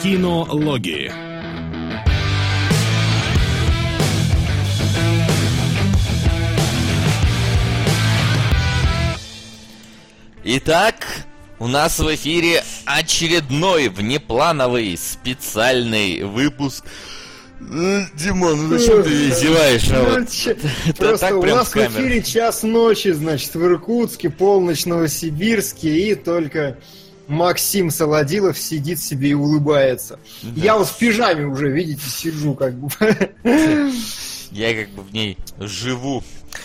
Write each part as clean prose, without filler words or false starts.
Кинологии. Итак, у нас в эфире очередной внеплановый специальный выпуск. Димон, ну зачем ты издеваешься? Просто у нас в эфире час ночи, значит, в Иркутске, полночь в Новосибирске, и только Максим Солодилов сидит себе и улыбается. Да. Я вот в пижаме уже, видите, сижу как бы. Я как бы в ней живу.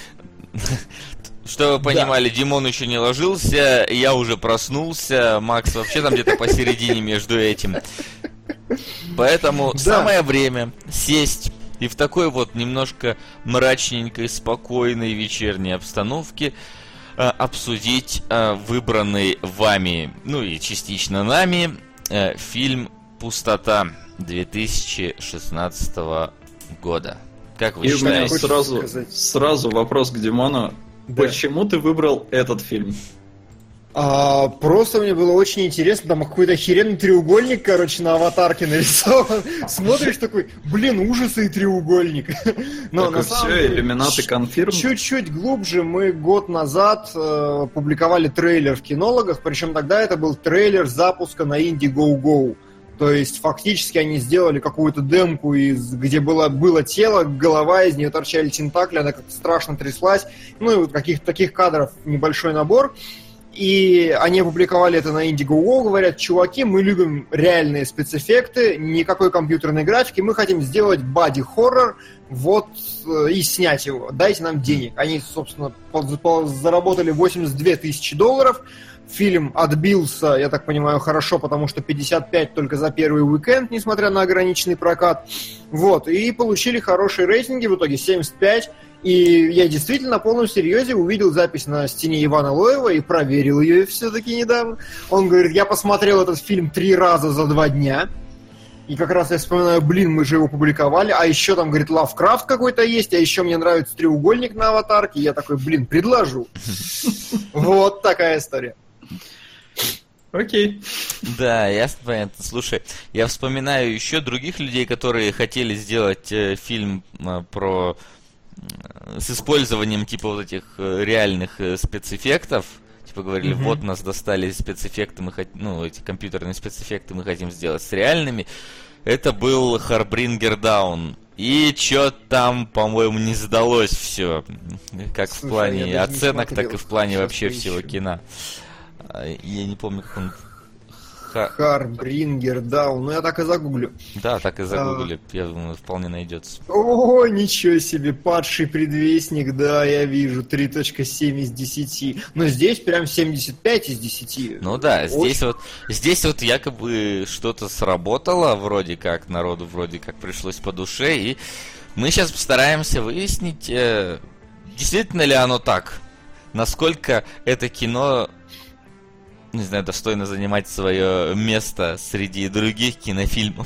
Что вы понимали, да. Димон еще не ложился, я уже проснулся, Макс вообще там где-то посередине между этим. Поэтому самое время сесть и в такой вот немножко мрачненькой, спокойной вечерней обстановке обсудить выбранный вами, ну и частично нами, фильм «Пустота» 2016 года. Как вы считаете? И у меня сразу вопрос к Димону. Да. Почему ты выбрал этот фильм? Просто мне было очень интересно, там какой-то охеренный треугольник, короче, на аватарке нарисован. Смотришь такой, блин, ужасы и треугольник. Но на самом деле, иллюминаты конфирм. Чуть-чуть глубже мы год назад публиковали трейлер в кинологах, причем тогда это был трейлер запуска на Indiegogo. То есть фактически они сделали какую-то демку, где было тело, голова, из нее торчали тентакли, она как-то страшно тряслась. Ну и вот каких-то таких кадров небольшой набор. И они опубликовали это на Indiegogo, говорят, чуваки, мы любим реальные спецэффекты, никакой компьютерной графики, мы хотим сделать боди-хоррор, вот, и снять его, дайте нам денег. Они, собственно, заработали $82 тысячи. Фильм отбился, я так понимаю, хорошо, потому что 55 только за первый уикенд, несмотря на ограниченный прокат. Вот, и получили хорошие рейтинги, в итоге 75. И я действительно на полном серьезе увидел запись на стене Ивана Лоева и проверил ее все-таки недавно. Он говорит, я посмотрел этот фильм 3 раза за 2 дня. И как раз я вспоминаю, блин, мы же его публиковали, а еще там, говорит, Лавкрафт какой-то есть, а еще мне нравится треугольник на аватарке. Я такой, блин, предложу. Вот такая история. Окей. Да, ясно, понятно. Слушай, я вспоминаю еще других людей, которые хотели сделать фильм про с использованием типа вот этих реальных спецэффектов. Типа говорили, вот нас достали спецэффекты, эти компьютерные спецэффекты мы хотим сделать с реальными. Это был Harbinger Dawn. И чё там, по-моему, не сдалось все. Как в плане оценок, так и в плане вообще всего кино. Я не помню, как он... Harbinger Dawn, ну я так и загуглю. Да, так и загуглю, я думаю, вполне найдется. О, ничего себе, падший предвестник, да, я вижу, 3.7 из 10. Но здесь прям 75 из 10. Ну да, здесь вот якобы что-то сработало, вроде как, народу вроде как пришлось по душе, и мы сейчас постараемся выяснить, действительно ли оно так, насколько это кино... не знаю, достойно занимать свое место среди других кинофильмов.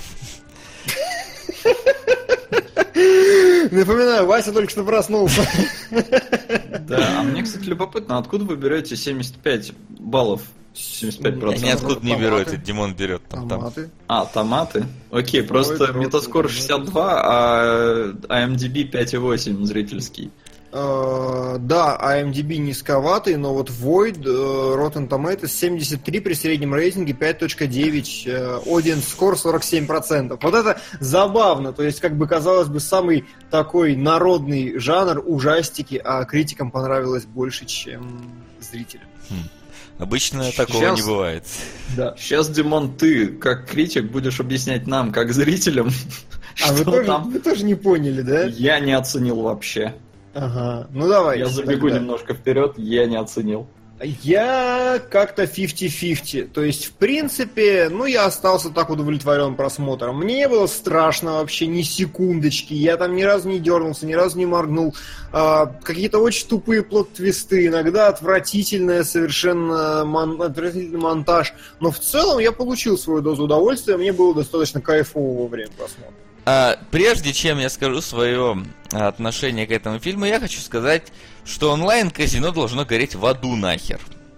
Напоминаю, Вася только что проснулся. Да, а мне, кстати, любопытно, откуда вы берете 75 баллов? 75%. Я ниоткуда не беру, это Димон берет. Томаты. Томаты? Окей, просто Metascore 62, а IMDb 5.8 зрительский. Да, IMDb низковатый, но вот Void, Rotten Tomatoes 73 при среднем рейтинге 5.9, Audience Score 47%. Вот это забавно, то есть, как бы, казалось бы, самый такой народный жанр ужастики, а критикам понравилось больше, чем зрителям. Обычно такого не бывает. Да. Сейчас, Димон, ты, как критик, будешь объяснять нам, как зрителям, вы тоже не поняли, да? Я не оценил вообще. Ага, ну давай. Я забегу немножко вперед, я не оценил. Я как-то 50-50. То есть, в принципе, я остался так удовлетворен просмотром. Мне не было страшно вообще ни секундочки. Я там ни разу не дернулся, ни разу не моргнул. Какие-то очень тупые плот-твисты. Иногда отвратительный совершенно монтаж. Но в целом я получил свою дозу удовольствия. Мне было достаточно кайфово во время просмотра. Прежде чем я скажу свое отношение к этому фильму, я хочу сказать, что онлайн-казино должно гореть в аду нахер.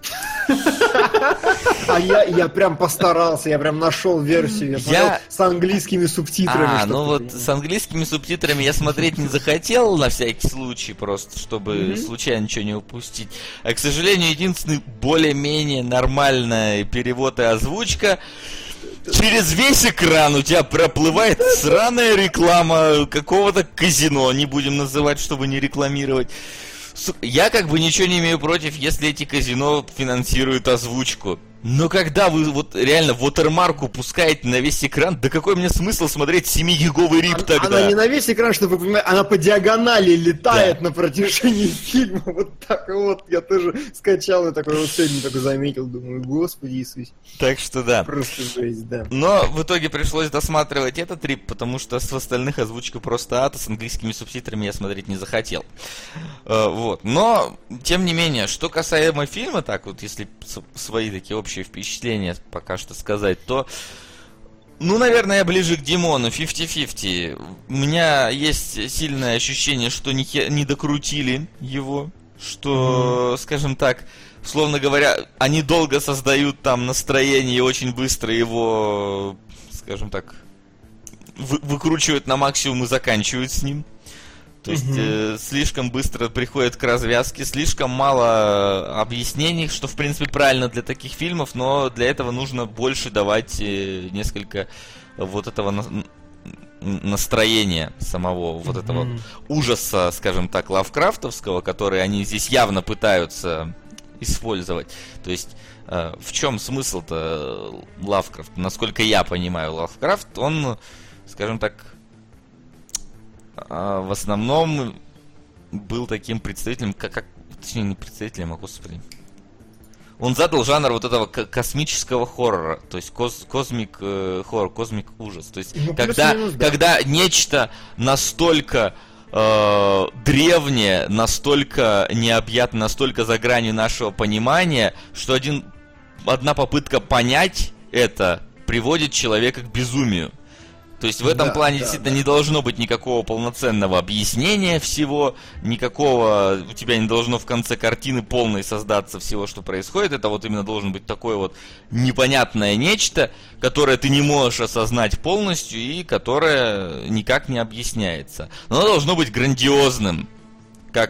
А я прям постарался, я прям нашел версию, я смотрел с английскими субтитрами. Ну вот с английскими субтитрами я смотреть не захотел на всякий случай, просто чтобы случайно ничего не упустить. А, к сожалению, единственный более-менее нормальный перевод и озвучка. Через весь экран у тебя проплывает сраная реклама какого-то казино, не будем называть, чтобы не рекламировать. Я как бы ничего не имею против, если эти казино финансируют озвучку. Но когда вы вот реально вотермарку пускаете на весь экран, да какой мне смысл смотреть 7-гиговый рип тогда? Она не на весь экран, чтобы вы понимали, она по диагонали летает на протяжении фильма. Вот так вот. Я тоже скачал и такой вот сегодня такой заметил, думаю, Господи Иисус. Так что да. Просто жесть, да. Но в итоге пришлось досматривать этот рип, потому что с остальных озвучка просто ад, а с английскими субтитрами я смотреть не захотел. Вот. Но, тем не менее, что касаемо фильма, так вот, если свои такие общие впечатления пока что сказать, то, ну, наверное, я ближе к Димону, 50-50. У меня есть сильное ощущение, что не докрутили его, что, скажем так, условно говоря, они долго создают там настроение и очень быстро его, скажем так, выкручивают на максимум и заканчивают с ним. То есть слишком быстро приходит к развязке, слишком мало объяснений, что в принципе правильно для таких фильмов, но для этого нужно больше давать несколько вот этого настроения самого, вот этого ужаса, скажем так, лавкрафтовского, который они здесь явно пытаются использовать. То есть в чем смысл-то Лавкрафта? Насколько я понимаю, Лавкрафт, он, скажем так, в основном был таким представителем, точнее, не представителем, а господи. Он задал жанр вот этого космического хоррора, то есть космик хоррор, космик ужас. То есть, когда нечто настолько древнее, настолько необъятно, настолько за гранью нашего понимания, что одна попытка понять это приводит человека к безумию. То есть в этом плане действительно не должно быть никакого полноценного объяснения всего, никакого, у тебя не должно в конце картины полной создаться всего, что происходит. Это вот именно должен быть такое вот непонятное нечто, которое ты не можешь осознать полностью и которое никак не объясняется. Но оно должно быть грандиозным, как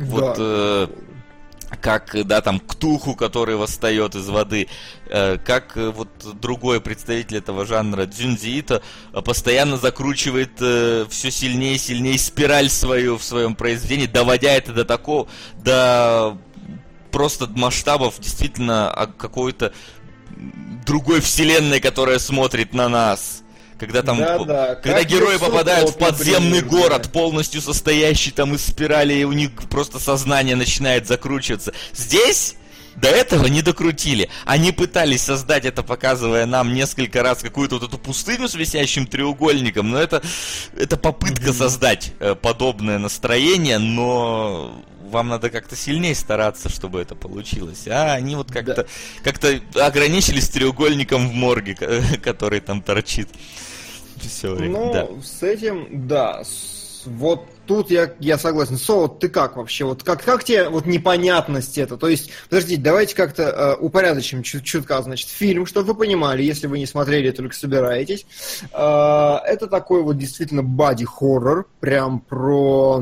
как, да, там, Ктулху, который восстает из воды, как вот другой представитель этого жанра, Дзюнзи Ито, постоянно закручивает все сильнее и сильнее спираль свою в своем произведении, доводя это до такого, до просто масштабов действительно какой-то другой вселенной, которая смотрит на нас. Когда там, когда герои попадают в подземный город, полностью состоящий там из спиралей, и у них просто сознание начинает закручиваться. Здесь до этого не докрутили. Они пытались создать это, показывая нам несколько раз какую-то вот эту пустыню с висящим треугольником, но это попытка создать подобное настроение, но вам надо как-то сильнее стараться, чтобы это получилось. А они вот как-то ограничились треугольником в морге, который там торчит все время. С этим, вот тут я согласен. Вот ты как вообще? Вот как тебе вот непонятность это? То есть, подождите, давайте как-то упорядочим чутка, значит, фильм, чтобы вы понимали, если вы не смотрели, только собираетесь. Это такой вот действительно боди-хоррор, прям про...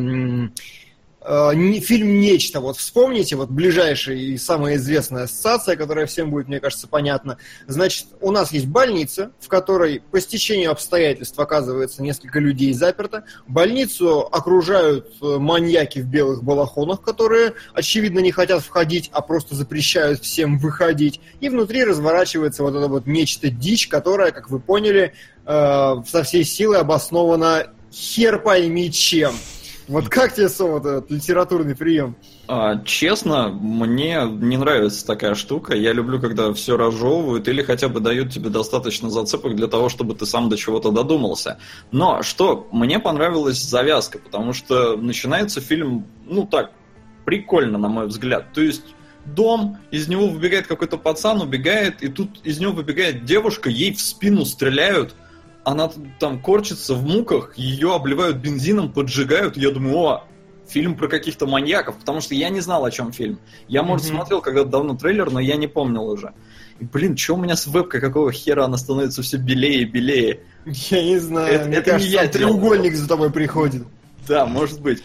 фильм «Нечто». Вот вспомните, вот ближайшая и самая известная ассоциация, которая всем будет, мне кажется, понятна. Значит, у нас есть больница, в которой по стечению обстоятельств оказывается несколько людей заперто. Больницу окружают маньяки в белых балахонах, которые, очевидно, не хотят входить, а просто запрещают всем выходить. И внутри разворачивается вот это вот нечто дичь, которая, как вы поняли, со всей силы обоснована хер пойми чем. Вот как тебе, Сом, этот литературный прием? Честно, мне не нравится такая штука. Я люблю, когда все разжевывают или хотя бы дают тебе достаточно зацепок для того, чтобы ты сам до чего-то додумался. Но что, мне понравилась завязка, потому что начинается фильм, прикольно, на мой взгляд. То есть дом, из него выбегает какой-то пацан, убегает, и тут из него выбегает девушка, ей в спину стреляют. Она там корчится в муках, ее обливают бензином, поджигают. Я думаю, фильм про каких-то маньяков, потому что я не знал, о чем фильм. Я, может, смотрел когда-то давно трейлер, но я не помнил уже. И, блин, что у меня с вебкой, какого хера она становится все белее и белее? Я не знаю, мне кажется, не я треугольник за тобой приходит. Да, может быть.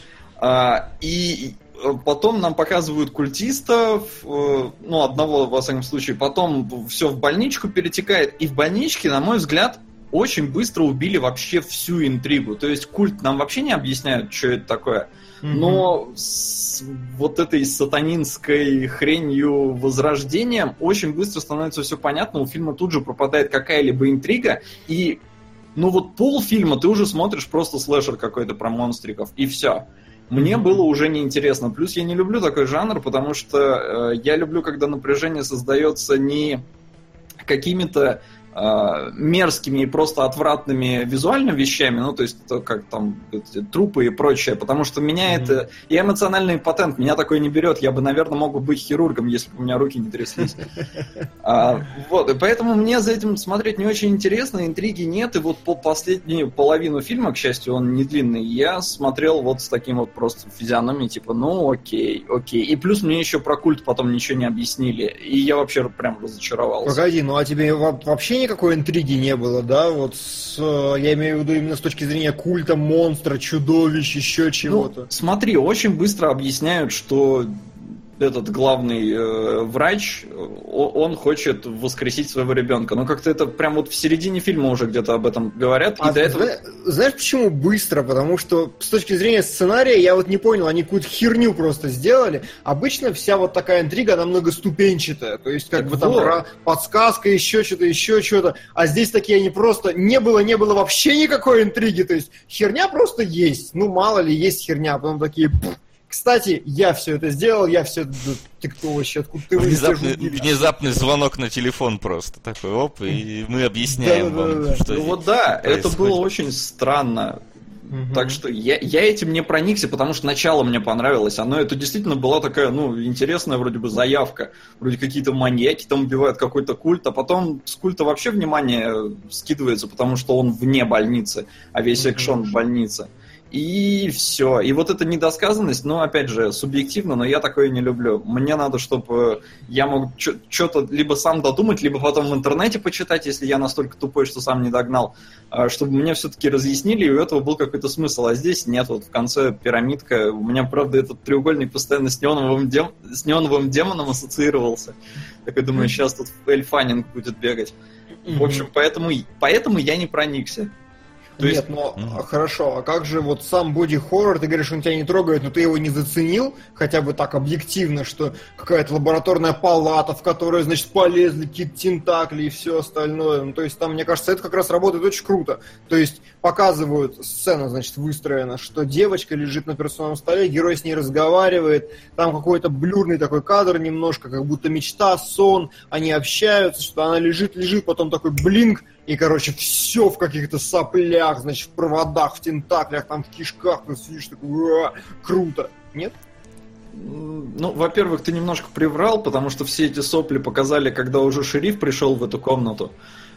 И потом нам показывают культистов, ну, одного, во всяком случае, потом все в больничку перетекает, и в больничке, на мой взгляд, очень быстро убили вообще всю интригу. То есть культ нам вообще не объясняют, что это такое. Но с вот этой сатанинской хренью возрождением очень быстро становится все понятно, у фильма тут же пропадает какая-либо интрига, и ну вот полфильма ты уже смотришь просто слэшер какой-то про монстриков, и все. Мне было уже неинтересно. Плюс я не люблю такой жанр, потому что я люблю, когда напряжение создается не какими-то мерзкими и просто отвратными визуальными вещами, ну, то есть это как там трупы и прочее, потому что меня это... Я эмоциональный импотент, меня такое не берет, я бы, наверное, мог бы быть хирургом, если бы у меня руки не тряслись. Вот, и поэтому мне за этим смотреть не очень интересно, интриги нет, и вот по последнюю половину фильма, к счастью, он не длинный, я смотрел вот с таким вот просто физиономией, типа, ну, окей. И плюс мне еще про культ потом ничего не объяснили, и я вообще прям разочаровался. Погоди, ну а тебе вообще никакой интриги не было, да? Вот я имею в виду именно с точки зрения культа, монстра, чудовищ, еще чего-то. Ну, смотри, очень быстро объясняют, что этот главный врач, он хочет воскресить своего ребенка. Но как-то это прям вот в середине фильма уже где-то об этом говорят. И до этого... Знаешь, почему быстро? Потому что с точки зрения сценария я вот не понял, они какую-то херню просто сделали. Обычно вся вот такая интрига, она многоступенчатая. То есть как бы там подсказка, еще что-то. А здесь такие они просто... Не было вообще никакой интриги. То есть херня просто есть. Ну, мало ли, есть херня. А потом такие... Кстати, я все это сделал, я все это... Ты кто вообще, откуда ты внезапный звонок на телефон просто такой, оп, и мы объясняем вам, что ну вот да, происходит. Это было очень странно. Так что я этим не проникся, потому что начало мне понравилось. Оно это действительно была такая, ну, интересная вроде бы заявка. Вроде какие-то маньяки там убивают какой-то культ, а потом с культа вообще внимание скидывается, потому что он вне больницы, а весь экшон в больнице. И все. И вот эта недосказанность, ну, опять же, субъективно, но я такое не люблю. Мне надо, чтобы я мог что-то либо сам додумать, либо потом в интернете почитать, если я настолько тупой, что сам не догнал, чтобы мне все-таки разъяснили, и у этого был какой-то смысл. А здесь нет, вот в конце пирамидка. У меня, правда, этот треугольник постоянно с неоновым демоном ассоциировался. Так я думаю, сейчас тут Эль Фаннинг будет бегать. В общем, поэтому я не проникся. Нет, но хорошо, а как же вот сам боди-хоррор, ты говоришь, он тебя не трогает, но ты его не заценил, хотя бы так объективно, что какая-то лабораторная палата, в которой, значит, полезли какие-то тентакли и все остальное. Ну, то есть там, мне кажется, это как раз работает очень круто. То есть показывают, сцена, значит, выстроена, что девочка лежит на операционном столе, герой с ней разговаривает, там какой-то блюрный такой кадр немножко, как будто мечта, сон, они общаются, что она лежит, потом такой блинк, и, короче, все в каких-то соплях, значит, в проводах, в тентаклях, там, в кишках, ты сидишь такой, круто. Нет? Ну, во-первых, ты немножко приврал, потому что все эти сопли показали, когда уже шериф пришел в эту комнату.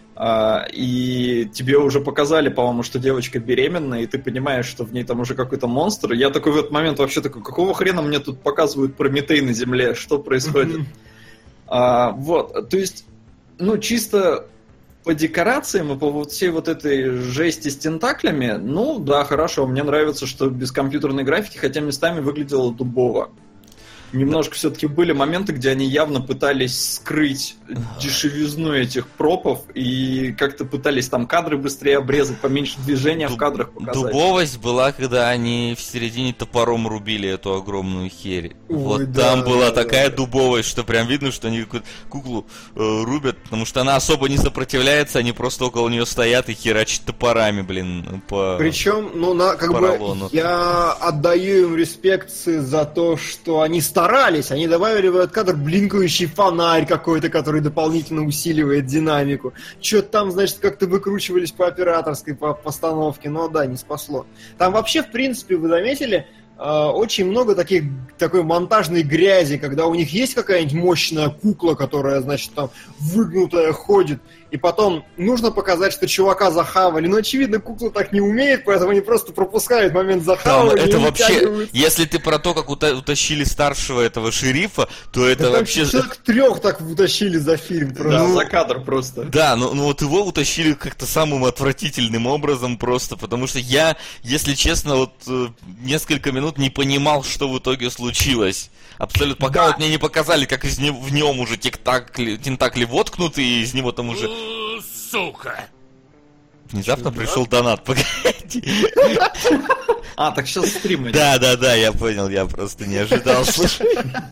И тебе уже показали, по-моему, что девочка беременна, и ты понимаешь, что в ней там уже какой-то монстр. Я такой в этот момент вообще такой, какого хрена мне тут показывают Прометей на земле? Что происходит? Вот, то есть, ну, чисто... По декорациям и по вот всей вот этой жести с тентаклями, ну да, хорошо, мне нравится, что без компьютерной графики, хотя местами выглядело дубово. Немножко все-таки были моменты, где они явно пытались скрыть дешевизну этих пропов и как-то пытались там кадры быстрее обрезать, поменьше движения в кадрах показать. Дубовость была, когда они в середине топором рубили эту огромную херь. Ой, вот да, там была да, такая да. дубовость, что прям видно, что они какую-то куклу рубят, потому что она особо не сопротивляется, они просто около нее стоят и херачат топорами, блин, по Причем, ну, как поролону. бы, я отдаю им респекции за то, что они старались, они добавили в этот кадр блинкающий фонарь какой-то, который дополнительно усиливает динамику. Что-то там, значит, как-то выкручивались по операторской, по постановке, но да, не спасло. Там вообще, в принципе, вы заметили, очень много такой монтажной грязи, когда у них есть какая-нибудь мощная кукла, которая, значит, там выгнутая ходит, и потом нужно показать, что чувака захавали. Но, очевидно, кукла так не умеет, поэтому они просто пропускают момент захавывания. Это вообще, если ты про то, как утащили старшего этого шерифа, то это да вообще... Человек 3 так утащили за фильм. Просто. Да, за кадр просто. Да, ну вот его утащили как-то самым отвратительным образом просто, потому что я, если честно, вот несколько минут не понимал, что в итоге случилось. Абсолютно. Пока вот мне не показали, как в нем уже тентакли воткнуты, и из него там уже... Сука! Внезапно пришел донат, погоди. Так сейчас стрим идет. Да, я понял, я просто не ожидал, слушай.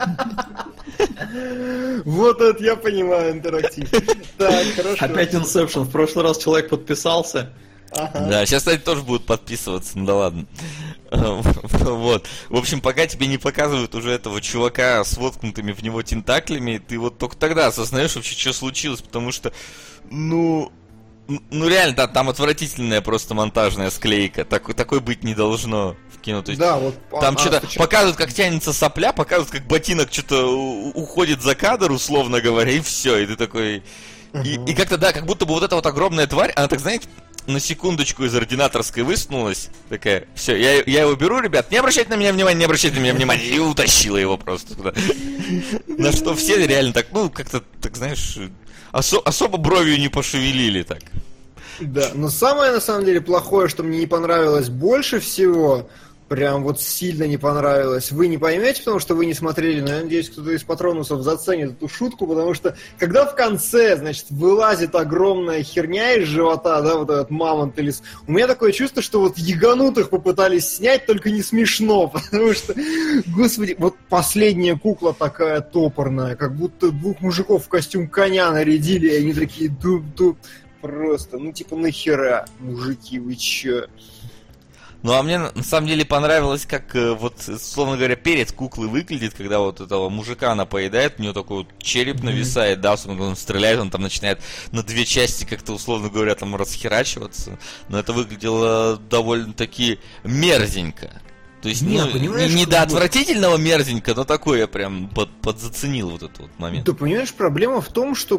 Вот это я понимаю, интерактив. Так, хорошо. Опять Inception. В прошлый раз человек подписался. Ага. Да, сейчас, кстати, тоже будут подписываться, ну да ладно. Вот. В общем, пока тебе не показывают уже этого чувака с воткнутыми в него тентаклями, ты вот только тогда осознаешь вообще, что случилось, потому что, ну реально, да, там отвратительная просто монтажная склейка. Такой быть не должно в кино. То есть, да, вот, там что-то показывают, как тянется сопля, показывают, как ботинок что-то уходит за кадр, условно говоря, и все. И ты такой... И как-то, да, как будто бы вот эта вот огромная тварь, она так, знаете, на секундочку из ординаторской высунулась, такая, все, я его беру, ребят, не обращайте на меня внимания, и утащила его просто туда. На что все реально так, как-то, так знаешь, особо бровью не пошевелили так. Да, но самое, на самом деле, плохое, что мне не понравилось больше всего, прям вот сильно не понравилось. Вы не поймете, потому что вы не смотрели, но я надеюсь, кто-то из патронусов заценит эту шутку, потому что когда в конце, значит, вылазит огромная херня из живота, да, вот этот мамонт или... У меня такое чувство, что вот яганутых попытались снять, только не смешно, потому что, господи, вот последняя кукла такая топорная, как будто двух мужиков в костюм коня нарядили, и они такие дуб-дуб. Просто, нахера, мужики, вы чё? Ну, а мне на самом деле понравилось, как, вот, словно говоря, перец куклы выглядит, когда вот этого мужика она поедает, у него такой вот череп нависает, да, особенно когда он стреляет, он там начинает на две части как-то, условно говоря, там расхерачиваться. Но это выглядело довольно-таки мерзенько. То есть, не до отвратительного мерзенько, но такое я прям подзаценил вот этот вот момент. Ты понимаешь, проблема в том, что,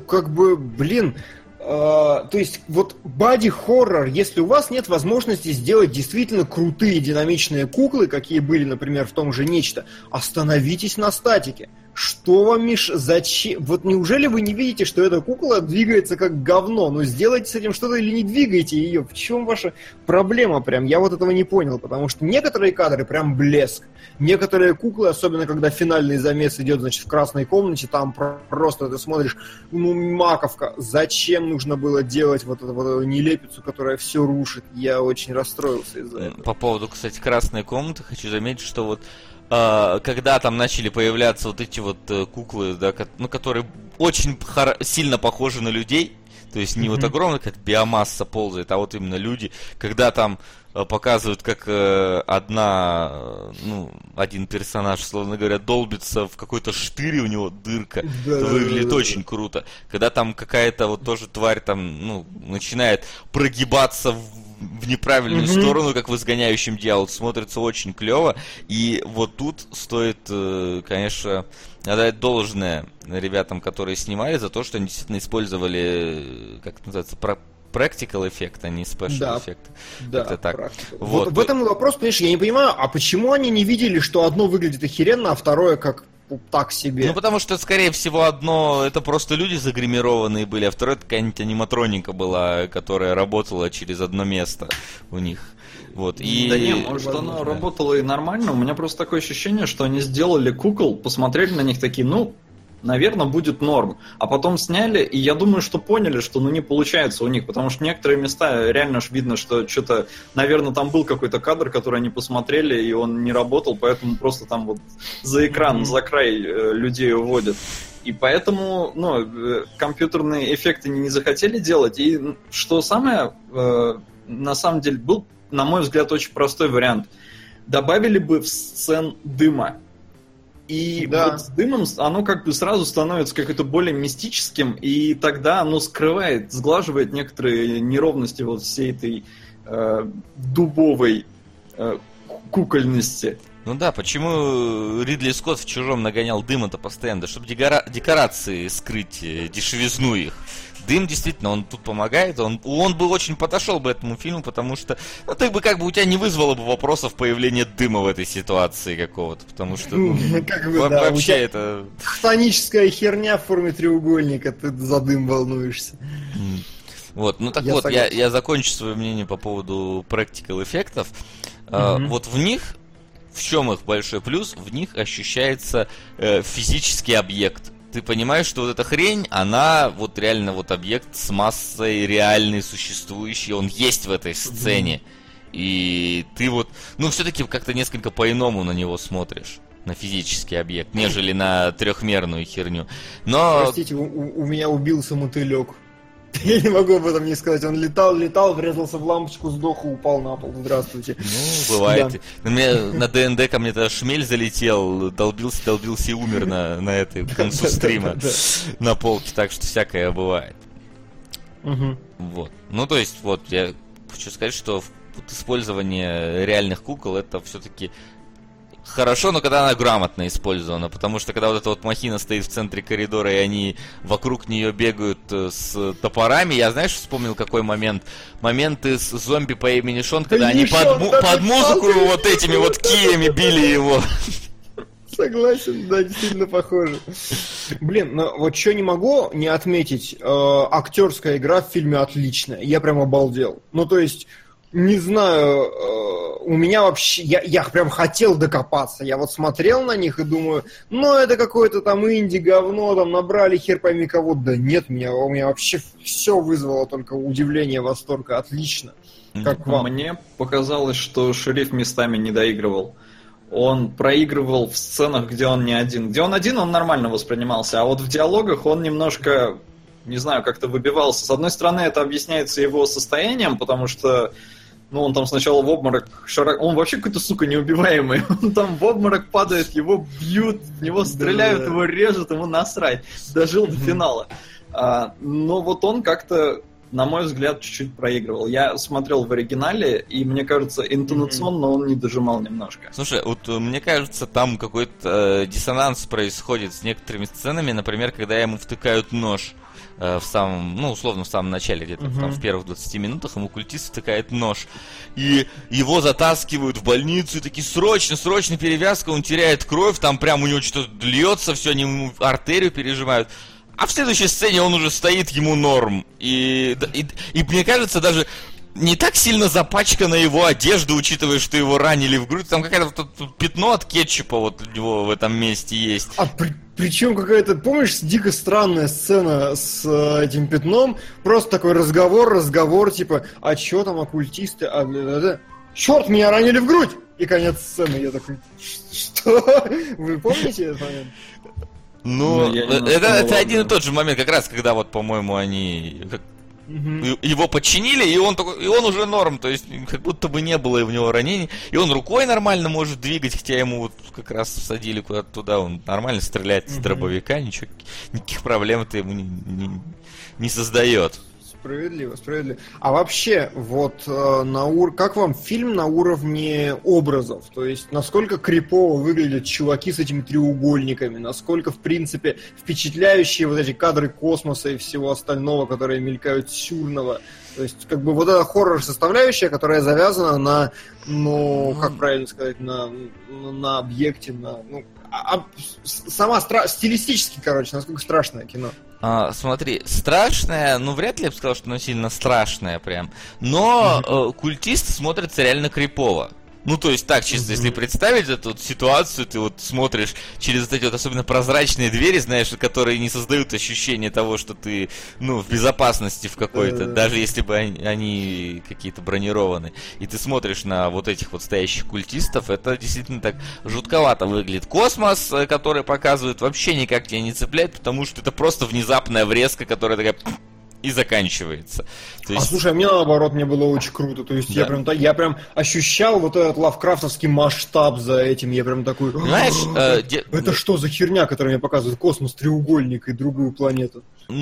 то есть, вот боди-хоррор, если у вас нет возможности сделать действительно крутые динамичные куклы, какие были, например, в том же «Нечто», остановитесь на статике. Что вам зачем? Вот неужели вы не видите, что эта кукла двигается как говно? Ну, сделайте с этим что-то или не двигайте ее. В чем ваша проблема прям? Я вот этого не понял, потому что некоторые кадры прям блеск. Некоторые куклы, особенно когда финальный замес идет, значит, в красной комнате, там просто ты смотришь, маковка. Зачем нужно было делать вот эту нелепицу, которая все рушит? Я очень расстроился из-за этого. По поводу, кстати, красной комнаты, хочу заметить, что вот когда там начали появляться вот эти вот куклы, да, которые очень сильно похожи на людей, то есть не вот огромная как биомасса ползает, а вот именно люди, когда там показывают, как один персонаж, словно говоря, долбится в какой-то штырь, у него дырка, это выглядит очень круто. Когда там какая-то вот тоже тварь там, начинает прогибаться в неправильную сторону, как в «Изгоняющем дьявола», смотрится очень клево. И вот тут стоит, конечно, отдать должное ребятам, которые снимали, за то, что они действительно использовали, как это называется, practical эффект, а не special эффект. Да, как-то так. Вот в этом и вопрос, понимаешь, я не понимаю, а почему они не видели, что одно выглядит охеренно, а второе как так себе? Ну, потому что, скорее всего, одно, это просто люди загримированные были, а второе, это какая-нибудь аниматроника была, которая работала через одно место у них. Вот. Да не, может, оно работало и нормально. У меня просто такое ощущение, что они сделали кукол, посмотрели на них такие, наверное, будет норм. А потом сняли, и я думаю, что поняли, что не получается у них, потому что некоторые места реально ж видно, что что-то, наверное, там был какой-то кадр, который они посмотрели, и он не работал, поэтому просто там вот за экран, за край людей уводят. И поэтому, компьютерные эффекты не захотели делать. И что самое, на самом деле, был, на мой взгляд, очень простой вариант. Добавили бы в сцен дыма. И вот с дымом оно как бы сразу становится как-то более мистическим, и тогда оно скрывает, сглаживает некоторые неровности вот всей этой дубовой кукольности. Ну да, почему Ридли Скотт в «Чужом» нагонял дыма-то постоянно? Да чтобы декорации скрыть, дешевизну их. Дым, действительно, он тут помогает. Он бы очень подошел бы этому фильму, потому что, ну, ты бы как бы у тебя не вызвало бы вопросов появления дыма в этой ситуации какого-то, потому что вообще это... Хтоническая херня в форме треугольника, ты за дым волнуешься. Вот, ну так вот, я закончу свое мнение по поводу practical эффектов. Вот в них, в чем их большой плюс, в них ощущается физический объект. Ты понимаешь, что вот эта хрень, она вот реально вот объект с массой реальной, существующей, он есть в этой сцене. И ты вот, ну, все-таки как-то несколько по-иному на него смотришь, на физический объект, нежели на трехмерную херню. Но... Простите, у меня убился мотылек. Я не могу об этом не сказать. Он летал, врезался в лампочку, сдох и упал на пол. Здравствуйте. Ну, бывает. Да. На ДНД ко мне шмель залетел, долбился и умер на этой, к концу стрима на полке. Так что всякое бывает. Вот. Ну, то есть, вот, я хочу сказать, что использование реальных кукол, это все-таки... Хорошо, но когда она грамотно использована, потому что когда вот эта вот махина стоит в центре коридора, и они вокруг нее бегают с топорами, я, знаешь, вспомнил какой момент? Момент из «Зомби по имени Шон», когда они под музыку вот этими вот киями били его. Согласен, да, действительно похоже. Блин, ну вот что не могу не отметить, актерская игра в фильме отличная, я прям обалдел. Ну, то есть... Не знаю, у меня вообще... Я прям хотел докопаться. Я вот смотрел на них и думаю, ну, это какое-то там инди-говно, там набрали хер пойми кого. Да нет, у меня вообще все вызвало только удивление, восторг. Отлично. Как вам? Мне показалось, что шериф местами не доигрывал. Он проигрывал в сценах, где он не один. Где он один, он нормально воспринимался, а вот в диалогах он немножко... Не знаю, как-то выбивался. С одной стороны, это объясняется его состоянием, потому что ну, он там сначала в обморок он вообще какой-то, сука, неубиваемый. Он там в обморок падает, его бьют, в него стреляют, его режут, ему насрать. Дожил до финала. Но вот он как-то, на мой взгляд, чуть-чуть проигрывал. Я смотрел в оригинале, и мне кажется, интонационно он не дожимал немножко. Слушай, вот мне кажется, там какой-то диссонанс происходит с некоторыми сценами. Например, когда ему втыкают нож в самом, ну, условно, в самом начале, где-то там в первых 20 минутах ему культист втыкает нож. И его затаскивают в больницу, и такие срочно перевязка, он теряет кровь, там прям у него что-то льется, все, они ему артерию пережимают. А в следующей сцене он уже стоит, ему норм. И мне кажется, даже не так сильно запачкана его одежда, учитывая, что его ранили в грудь. Там какое-то пятно от кетчупа вот у него в этом месте есть. Причем какая-то, помнишь, дико странная сцена с этим пятном? Просто такой разговор, типа, а чё там оккультисты? Черт, меня ранили в грудь! И конец сцены. Я такой, что? Вы помните этот момент? Ну, это один и тот же момент, как раз, когда вот, по-моему, они его подчинили, и он уже норм, то есть как будто бы не было в него ранений, и он рукой нормально может двигать, хотя ему вот как раз всадили куда-то туда, он нормально стреляет с дробовика, никаких проблем это ему не создает. Справедливо. А вообще, вот как вам фильм на уровне образов? То есть, насколько крипово выглядят чуваки с этими треугольниками? Насколько, в принципе, впечатляющие вот эти кадры космоса и всего остального, которые мелькают сюрного? То есть, как бы вот эта хоррор-составляющая, которая завязана на, ну, как правильно сказать, на объекте, стилистически, короче, насколько страшное кино. Смотри, страшное, ну, вряд ли я бы сказал, что оно сильно страшное прям, но культист смотрится реально крипово. Ну, то есть так, чисто, если представить эту вот ситуацию, ты вот смотришь через вот эти вот особенно прозрачные двери, знаешь, которые не создают ощущение того, что ты, ну, в безопасности в какой-то, даже если бы они какие-то бронированные, и ты смотришь на вот этих вот стоящих культистов, это действительно так жутковато выглядит. Космос, который показывают, вообще никак тебя не цепляет, потому что это просто внезапная врезка, которая такая... и заканчивается. То есть... слушай, мне наоборот, мне было очень круто. То есть да. я прям ощущал вот этот лавкрафтовский масштаб за этим. Я прям такой... Знаешь, это что за херня, которая мне показывает космос, треугольник и другую планету? Ну,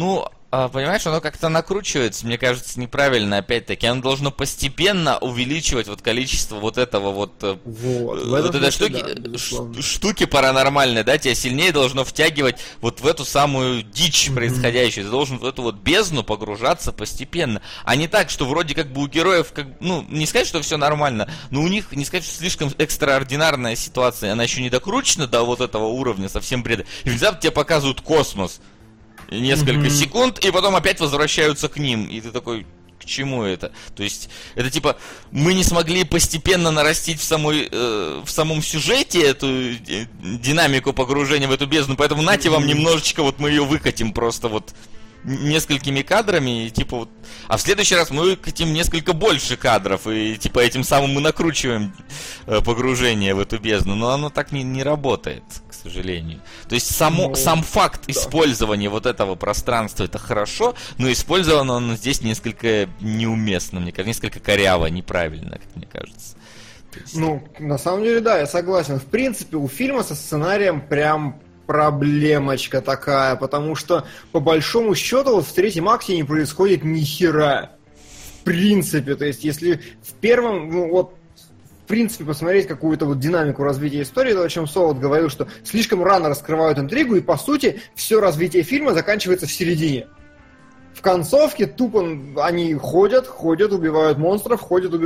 понимаешь, оно как-то накручивается, мне кажется, неправильно, опять-таки. Оно должно постепенно увеличивать вот количество вот этого вот этой штуки паранормальной, да, тебя сильнее должно втягивать вот в эту самую дичь происходящую. Ты должен в эту вот бездну погружаться постепенно. А не так, что вроде как бы у героев, не сказать, что все нормально, но у них, не сказать, что слишком экстраординарная ситуация. Она еще не докручена до вот этого уровня, совсем бреда. И внезапно тебе показывают космос. Несколько секунд, и потом опять возвращаются к ним. И ты такой, к чему это? То есть, это типа, мы не смогли постепенно нарастить в самом сюжете эту динамику погружения в эту бездну, поэтому нате вам немножечко, вот мы ее выкатим просто вот несколькими кадрами, и типа вот. А в следующий раз мы выкатим несколько больше кадров, и типа этим самым мы накручиваем погружение в эту бездну. Но оно так не работает, к сожалению. То есть сам факт использования вот этого пространства это хорошо, но использовано оно здесь несколько неуместно, мне кажется, несколько коряво, неправильно, как мне кажется. Есть... на самом деле, да, я согласен. В принципе, у фильма со сценарием прям проблемочка такая, потому что, по большому счету, вот в третьем акте не происходит ни хера. В принципе, то есть, если в первом, в принципе, посмотреть какую-то вот динамику развития истории, то, о чем Солод говорил, что слишком рано раскрывают интригу, и, по сути, все развитие фильма заканчивается в середине. В концовке тупо они ходят, убивают монстров,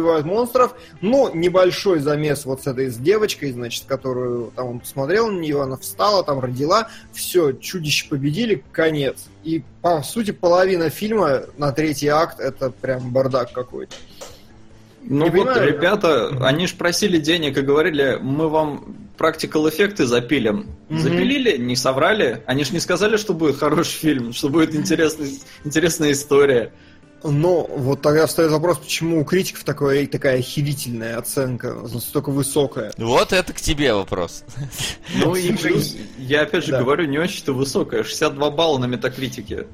небольшой замес вот с этой с девочкой, значит, которую там он посмотрел на нее, она встала, там родила, все, чудище победили, конец. И, по сути, половина фильма на третий акт это прям бардак какой-то. Ребята, они ж просили денег и говорили, мы вам practical эффекты запилим. Запилили, не соврали. Они ж не сказали, что будет хороший фильм, что будет интересная история. Но вот тогда встает вопрос, почему у критиков такая охерительная оценка, настолько высокая. Вот это к тебе вопрос. И плюс, я опять же говорю, не очень-то высокая, 62 балла на метакритике.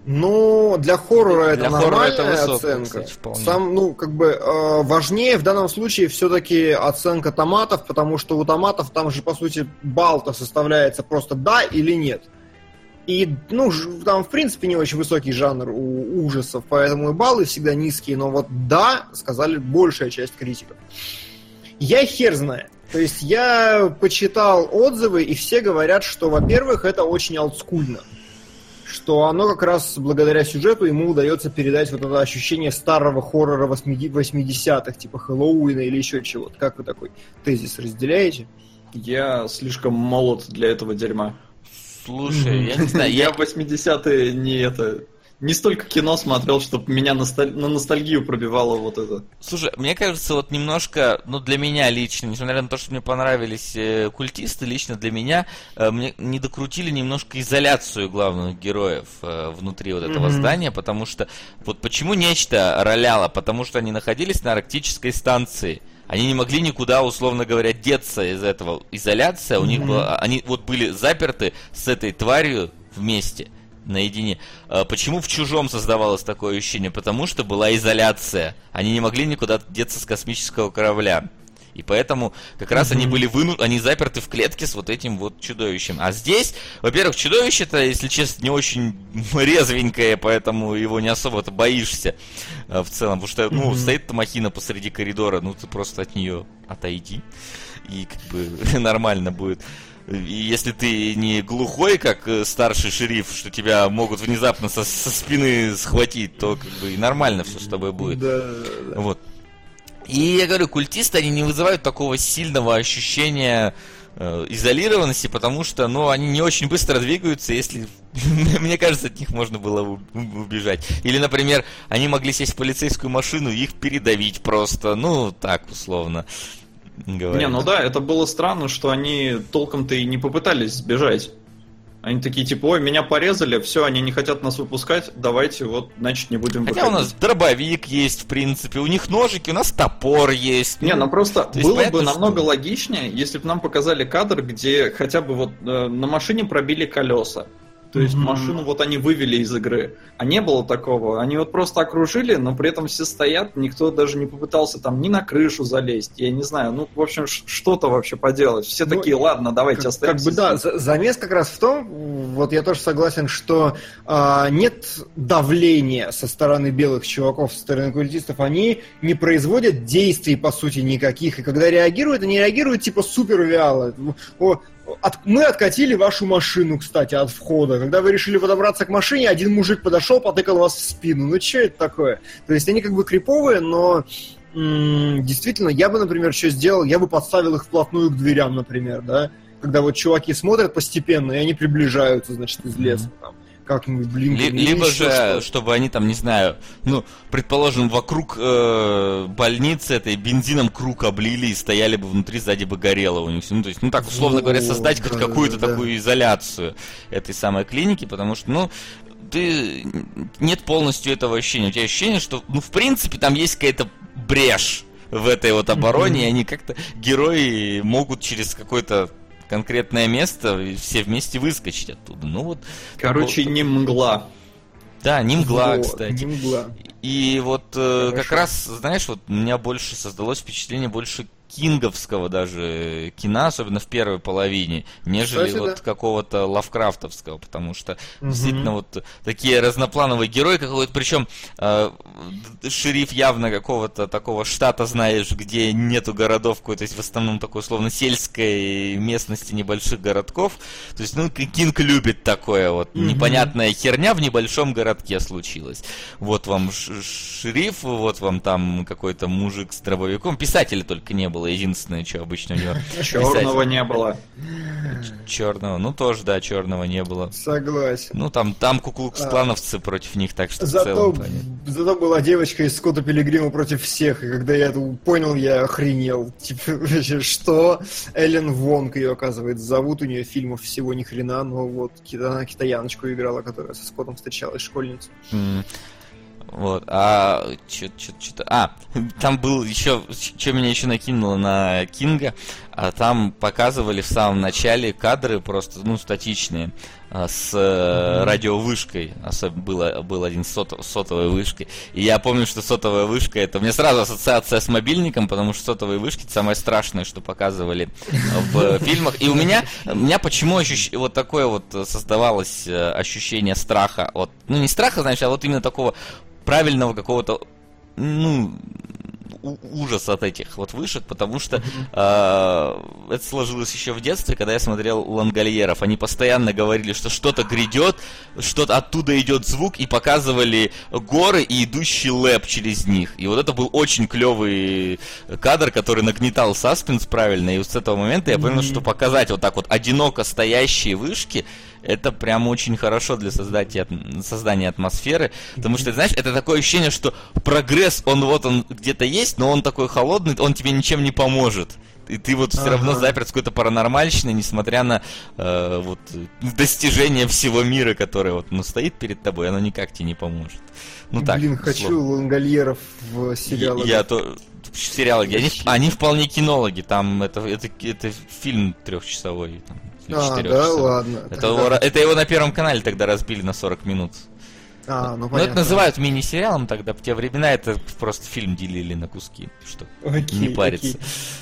Для хоррора это нормальная оценка. Кстати, важнее в данном случае все-таки оценка томатов, потому что у томатов там же, по сути, балл-то составляется просто да или нет. И, там, в принципе, не очень высокий жанр у ужасов, поэтому и баллы всегда низкие, но вот да, сказали большая часть критиков. Я хер знаю. То есть я почитал отзывы, и все говорят, что, во-первых, это очень олдскульно. Что оно как раз благодаря сюжету ему удается передать вот это ощущение старого хоррора 80-х, типа Хэллоуина или еще чего-то. Как вы такой тезис разделяете? Я слишком молод для этого дерьма. Слушай, я не знаю, я в 80-е не столько кино смотрел, чтобы меня на ностальгию пробивало вот это. Слушай, мне кажется, вот немножко, для меня лично, несмотря на то, что мне понравились культисты, лично для меня мне не докрутили немножко изоляцию главных героев внутри вот этого здания, потому что, вот почему нечто роляло, потому что они находились на арктической станции. Они не могли никуда, условно говоря, деться из этого. Изоляция у них была, они вот были заперты с этой тварью вместе. Наедине. Почему в «Чужом» создавалось такое ощущение? Потому что была изоляция. Они не могли никуда деться с космического корабля. И поэтому как раз они были они заперты в клетке с вот этим вот чудовищем. А здесь, во-первых, чудовище-то, если честно, не очень резвенькое, поэтому его не особо-то боишься в целом. Потому что, стоит махина посреди коридора, ты просто от нее отойди. И как бы нормально будет. И если ты не глухой, как старший шериф, что тебя могут внезапно со спины схватить, то как бы и нормально все с тобой будет. Да. Вот. И я говорю, культисты, они не вызывают такого сильного ощущения изолированности, потому что, они не очень быстро двигаются, если, мне кажется, от них можно было убежать. Или, например, они могли сесть в полицейскую машину и их передавить просто, так условно говоря. Это было странно, что они толком-то и не попытались сбежать. Они такие, типа, ой, меня порезали, все, они не хотят нас выпускать, давайте, значит, не будем выходить. Хотя у нас дробовик есть, в принципе, у них ножики, у нас топор есть. Просто было бы намного логичнее, если бы нам показали кадр, где хотя бы на машине пробили колеса. То есть машину вот они вывели из игры. А не было такого. Они вот просто окружили, но при этом все стоят, никто даже не попытался там ни на крышу залезть, я не знаю, ну, в общем, что-то вообще поделать. Все такие, ладно, давайте оставимся. Как бы да, замес как раз в том, вот я тоже согласен, что нет давления со стороны белых чуваков, со стороны культистов, они не производят действий, по сути, никаких, и когда реагируют, они реагируют типа супер вяло. Мы откатили вашу машину, кстати, от входа. Когда вы решили подобраться к машине, один мужик подошел, потыкал вас в спину. Ну, что это такое? То есть они как бы криповые, но действительно, я бы, например, что сделал? Я бы подставил их вплотную к дверям, например, да? Когда вот чуваки смотрят постепенно, и они приближаются, значит, из леса там. Как-нибудь, блин, либо же, чтобы они там, не знаю, ну, предположим, вокруг больницы этой бензином круг облили и стояли бы внутри, сзади бы горело у них все. Ну, то есть, ну, так, условно говоря, создать хоть какую-то такую изоляцию этой самой клиники, потому что, ну, нет полностью этого ощущения. У тебя ощущение, что, ну, в принципе, там есть какая-то брешь в этой вот обороне, и они как-то, герои могут через какой-то конкретное место, все вместе выскочить оттуда. Ну вот. Короче, не мгла. Да, не мгла, вот, кстати. Не мгла. И вот как раз, знаешь, вот у меня больше создалось впечатление больше кинговского даже кино, особенно в первой половине, нежели кстати, вот да. какого-то лавкрафтовского, потому что действительно вот такие разноплановые герои какой-то, причем шериф явно какого-то такого штата, знаешь, где нету городов, то есть в основном такой условно сельской местности небольших городков, то есть, ну, Кинг любит такое вот, непонятная херня в небольшом городке случилась. Вот вам шериф, вот вам там какой-то мужик с дробовиком, писателя только не было. Единственное, что обычно у него... Черного не было. Черного, ну тоже, да, черного не было. Согласен. Ну, там куклукс-клановцы против них, так что в целом понятно. Зато была девочка из Скотта Пилигрима против всех, и когда я это понял, я охренел. Типа, что? Эллен Вонг ее, оказывается, зовут, у нее фильмов всего ни хрена, но вот она китаяночку играла, которая со Скоттом встречалась, школьницу. Вот, там был еще, что меня еще накинуло на Кинга, там показывали в самом начале кадры просто, ну, статичные, с радиовышкой, особенно был один с сотовой вышкой, и я помню, что сотовая вышка, это у меня сразу ассоциация с мобильником, потому что сотовые вышки это самое страшное, что показывали в фильмах, и у меня почему вот такое вот создавалось ощущение страха, вот, ну, не страха, значит, а вот именно такого правильного какого-то, ну, ужас от этих вот вышек, потому что это сложилось еще в детстве, когда я смотрел «Лангольеров». Они постоянно говорили, что что-то грядет, что-то оттуда идет звук, и показывали горы и идущий лэп через них. И вот это был очень клевый кадр, который нагнетал саспенс правильно, и вот с этого момента я понял, что показать вот так вот одиноко стоящие вышки, это прям очень хорошо для создания атмосферы, потому что, знаешь, это такое ощущение, что прогресс, он где-то есть, но он такой холодный, он тебе ничем не поможет. И ты вот все равно заперт с какой-то паранормальщиной, несмотря на вот достижение всего мира, которое вот, ну, стоит перед тобой, оно никак тебе не поможет. Ну, так, блин, хочу Лангольеров в сериалах. В сериалах. Они вполне кинологи, там это фильм 3-часовой. Там, да, ладно. Это его на Первом канале тогда разбили на 40 минут. Ну, но это называют мини-сериалом тогда. В те времена это просто фильм делили на куски, чтобы не париться.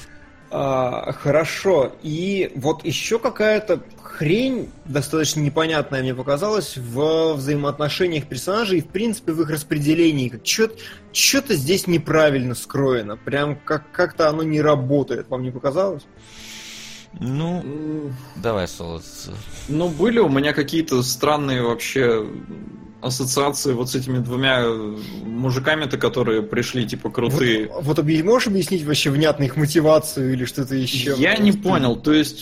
Хорошо. И вот еще какая-то хрень достаточно непонятная мне показалась в взаимоотношениях персонажей и, в принципе, в их распределении. Что-то здесь неправильно скроено. Прям как-то оно не работает. Вам не показалось? Ну, давай, Солос. Ну, были у меня какие-то странные вообще ассоциации вот с этими двумя мужиками-то, которые пришли, типа, крутые. Вот можешь объяснить вообще внятно их мотивацию или что-то еще? Я не понял, то есть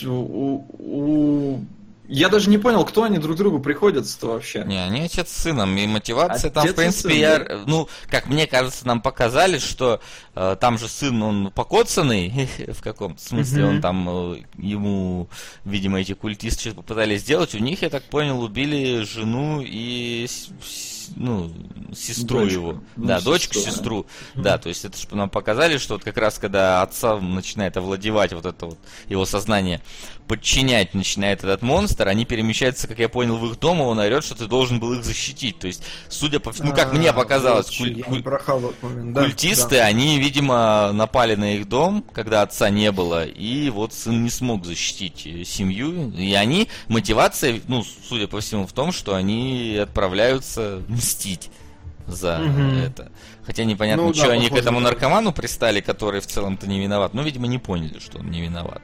я даже не понял, кто они друг другу приходятся-то вообще. Не, они отец с сыном, и мотивация там, в принципе, ну, как мне кажется, нам показали, что там же сын, он покоцанный, в каком-то смысле, он там, ему, видимо, эти культисты что-то попытались сделать, у них, я так понял, убили жену и, ну, сестру Дочку. его. Ну, Да, сестру, дочку-сестру. Да, то есть это же нам показали, что вот как раз когда отца начинает овладевать вот это вот его сознание, подчинять начинает этот монстр, они перемещаются, как я понял, в их дом, и он орет, что ты должен был их защитить. То есть, судя по... Ну, как мне показалось, культисты, они, видимо, напали на их дом, когда отца не было, и вот сын не смог защитить семью. И они, мотивация, ну, судя по всему, в том, что они отправляются мстить за это. Хотя непонятно, что они к этому наркоману пристали, который в целом-то не виноват. Ну, видимо, не поняли, что он не виноват.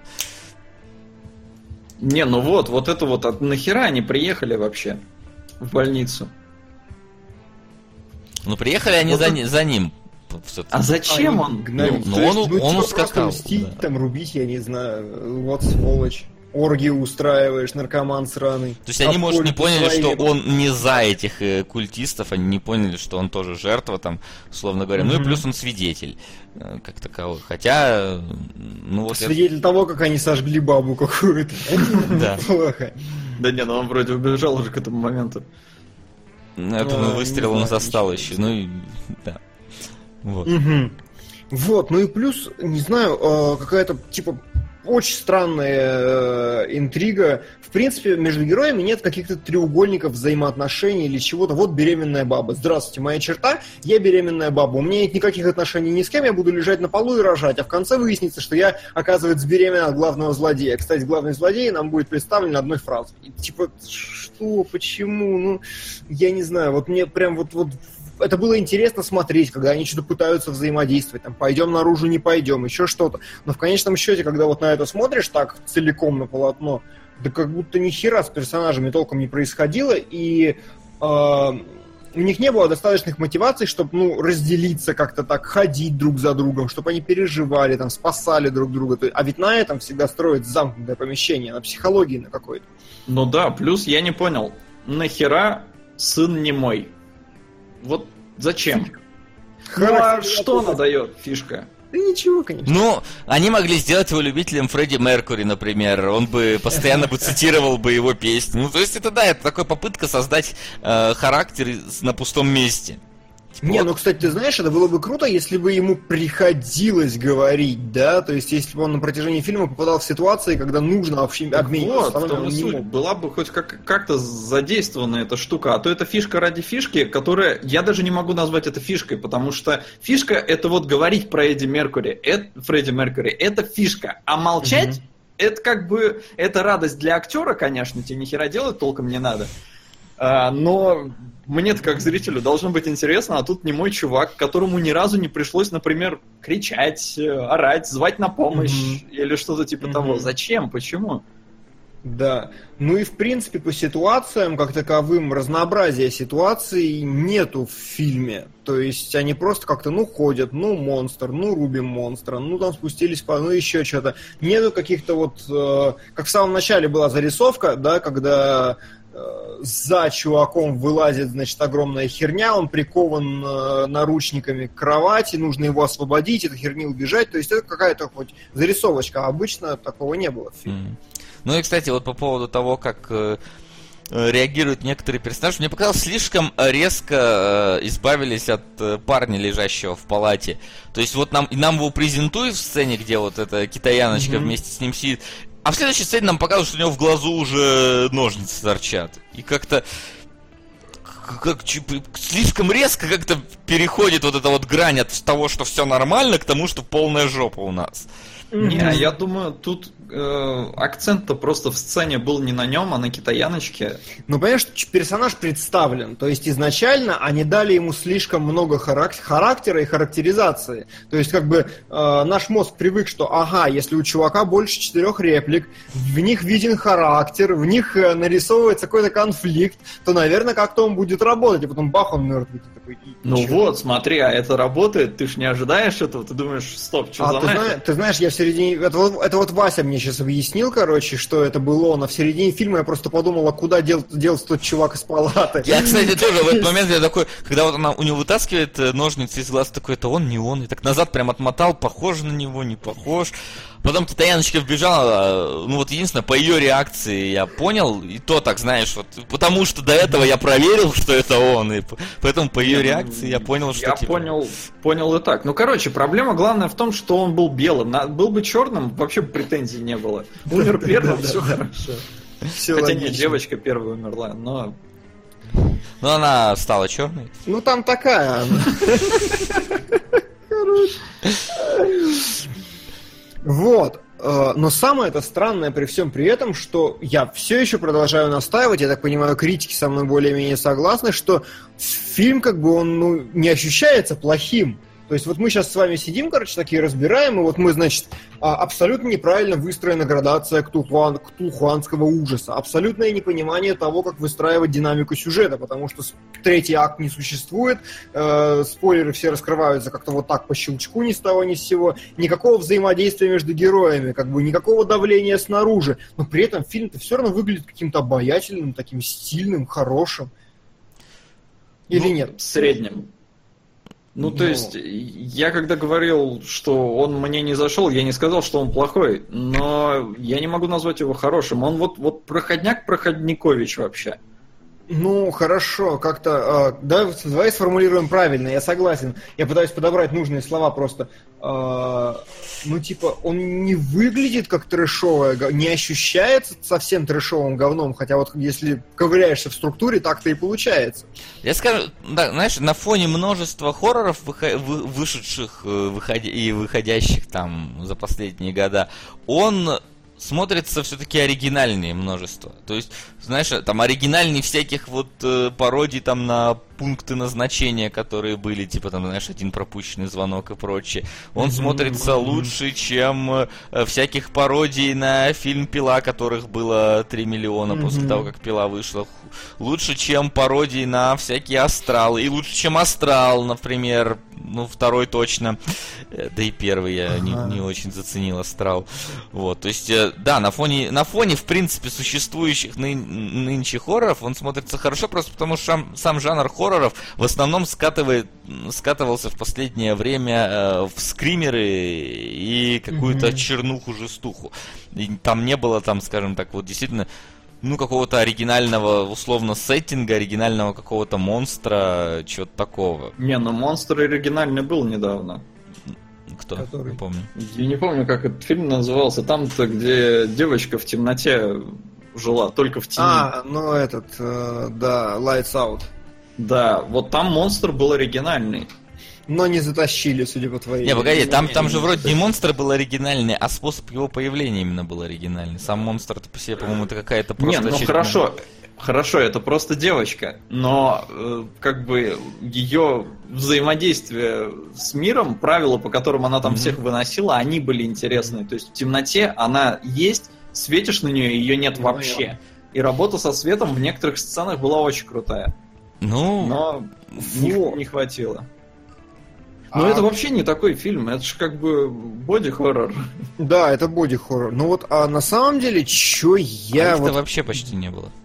Не, ну вот это вот, нахера они приехали вообще в больницу? Ну, приехали они вот за ним. А зачем он? Он ускакал. Мстить, там, рубить, я не знаю. Вот сволочь. Оргию устраиваешь, наркоман сраный. То есть они, может, не поняли, что он не за этих культистов, они не поняли, что он тоже жертва, там, условно говоря. Ну и плюс он свидетель, как таковой. Хотя, ну вот... Свидетель того, как они сожгли бабу какую-то. Да. Плохо. Да не, ну он вроде убежал уже к этому моменту. Это выстрел он застал еще, ну и... Да. Вот. Вот, ну и плюс, не знаю, какая-то, типа... Очень странная интрига. В принципе, между героями нет каких-то треугольников взаимоотношений или чего-то. Вот беременная баба. Здравствуйте, моя черта, я беременная баба. У меня нет никаких отношений ни с кем, я буду лежать на полу и рожать. А в конце выяснится, что я, оказывается, беременна от главного злодея. Кстати, главный злодей нам будет представлен одной фразой. И, типа, что, почему? Ну, я не знаю. Вот мне прям вот это было интересно смотреть, когда они что-то пытаются взаимодействовать, там, пойдем наружу, не пойдем, еще что-то. Но в конечном счете, когда вот на это смотришь так целиком на полотно, да как будто ни хера с персонажами толком не происходило, и у них не было достаточных мотиваций, чтобы, разделиться как-то так, ходить друг за другом, чтобы они переживали, там, спасали друг друга. А ведь на этом всегда строят замкнутое помещение, на психологии на какой-то. Ну да, плюс я не понял, нахера сын не мой? Вот зачем? Что она дает, фишка? Да ничего, конечно. Ну, они могли сделать его любителем Фредди Меркьюри, например. Он бы постоянно бы цитировал бы его песни. Ну, то есть это такая попытка создать характер на пустом месте. Не, ну, кстати, ты знаешь, это было бы круто, если бы ему приходилось говорить, да, то есть если бы он на протяжении фильма попадал в ситуации, когда нужно обмениваться. Вот, была бы хоть как-то задействована эта штука, а то это фишка ради фишки, которая, я даже не могу назвать это фишкой, потому что фишка это вот говорить про Фредди Меркьюри, это фишка, а молчать, это как бы, это радость для актера, конечно, тебе ни хера делать толком не надо. Но мне-то как зрителю должно быть интересно, а тут не мой чувак, которому ни разу не пришлось, например, кричать, орать, звать на помощь или что-то типа того. Зачем? Почему? Да. Ну и в принципе по ситуациям, как таковым, разнообразия ситуаций нету в фильме. То есть они просто как-то, ходят, монстр, рубим монстра, там спустились еще что-то. Нету каких-то вот, как в самом начале была зарисовка, да, когда... за чуваком вылазит, значит, огромная херня, он прикован наручниками к кровати, нужно его освободить, эта херня убежать, то есть это какая-то хоть зарисовочка, а обычно такого не было в фильме. Ну и, кстати, вот по поводу того, как реагируют некоторые персонажи, мне показалось, слишком резко избавились от парня, лежащего в палате. То есть вот нам его презентуют в сцене, где вот эта китаяночка вместе с ним сидит, а в следующей сцене нам показывают, что у него в глазу уже ножницы торчат. И как-то слишком резко как-то переходит вот эта вот грань от того, что все нормально, к тому, что полная жопа у нас. Не, я думаю, тут акцент-то просто в сцене был не на нем, а на китаяночке. Ну, понимаешь, персонаж представлен. То есть изначально они дали ему слишком много характера и характеризации. То есть как бы наш мозг привык, что если у чувака больше 4 реплик, в них виден характер, в них нарисовывается какой-то конфликт, то, наверное, как-то он будет работать. И потом бах, он мертвый. Такой, вот, смотри, а это работает, ты ж не ожидаешь этого, ты думаешь, стоп, что за нафиг? Ты знаешь, я в середине... Это вот Вася мне сейчас объяснил, что это был он, а в середине фильма я просто подумал, куда делся тот чувак из палаты. Я, кстати, тоже в этот момент, я такой, когда вот она у него вытаскивает ножницы из глаз, такой, это он, не он, и так назад прям отмотал, похож на него, не похож. Потом китаяночка вбежала, ну вот единственное, по ее реакции я понял, и то так, знаешь, вот, потому что до этого я проверил, что это он, и поэтому по ее реакции я понял, что я типа... понял и так. Ну, короче, проблема главная в том, что он был белым. Был бы черным, вообще претензий не было. Умер первым, все хорошо. Хотя нет, девочка первая умерла, но... Ну, она стала черной. Ну, там такая она. Вот. Но самое это странное при всем при этом, что я все еще продолжаю настаивать, я так понимаю, критики со мной более-менее согласны, что фильм как бы он не ощущается плохим. То есть вот мы сейчас с вами сидим, короче, такие разбираем, и вот мы, значит, абсолютно неправильно выстроена градация ктулхуанского ужаса, абсолютное непонимание того, как выстраивать динамику сюжета, потому что третий акт не существует, спойлеры все раскрываются как-то вот так по щелчку ни с того ни с сего, никакого взаимодействия между героями, как бы никакого давления снаружи, но при этом фильм-то все равно выглядит каким-то обаятельным, таким стильным, хорошим. Или нет? В среднем. Ну, то есть, я когда говорил, что он мне не зашел, я не сказал, что он плохой, но я не могу назвать его хорошим. Он вот проходняк-проходникович вообще. Ну, хорошо, как-то... давай сформулируем правильно, я согласен. Я пытаюсь подобрать нужные слова просто. Ну, типа, он не выглядит как трэшовое, не ощущается совсем трэшовым говном, хотя вот если ковыряешься в структуре, так-то и получается. Я скажу, да, знаешь, на фоне множества хорроров, вышедших и выходящих там за последние года, он... смотрится все-таки оригинальнее множество. То есть, знаешь, там оригинальнее всяких вот пародий там на пункты назначения, которые были, типа там, знаешь, один пропущенный звонок и прочее. Он смотрится лучше, чем всяких пародий на фильм «Пила», которых было 3 миллиона после того, как «Пила» вышла. Лучше, чем пародии на всякие «Астралы». И лучше, чем «Астрал», например. Ну, второй точно. Да и первый я не очень заценил «Астрал». Вот, то есть, да, на фоне, в принципе, существующих нынче хорроров он смотрится хорошо, просто потому что сам жанр хорроров в основном скатывался в последнее время в скримеры и какую-то чернуху-жестуху. И там не было, там, скажем так, вот действительно... ну, какого-то оригинального, условно, сеттинга, оригинального какого-то монстра, чего-то такого. Не, ну монстр оригинальный был недавно. Кто? Который? Не помню. Я не помню, как этот фильм назывался. Там-то, где девочка в темноте жила, только в тени. Ну да, Lights Out. Да, вот там монстр был оригинальный. Но не затащили, судя по твоей... Не, погоди, там же вроде не монстр был оригинальный, а способ его появления именно был оригинальный. Сам монстр-то по себе, по-моему, это какая-то просто... Не, ну хорошо, это просто девочка, но как бы ее взаимодействие с миром, правила, по которым она там всех выносила, они были интересны. То есть в темноте она есть, светишь на нее, ее нет вообще. И работа со светом в некоторых сценах была очень крутая. Ну... но не хватило. Но это вообще не такой фильм, это же как бы боди-хоррор. Да, это боди-хоррор. Ну вот, а на самом деле, их-то вообще почти не было.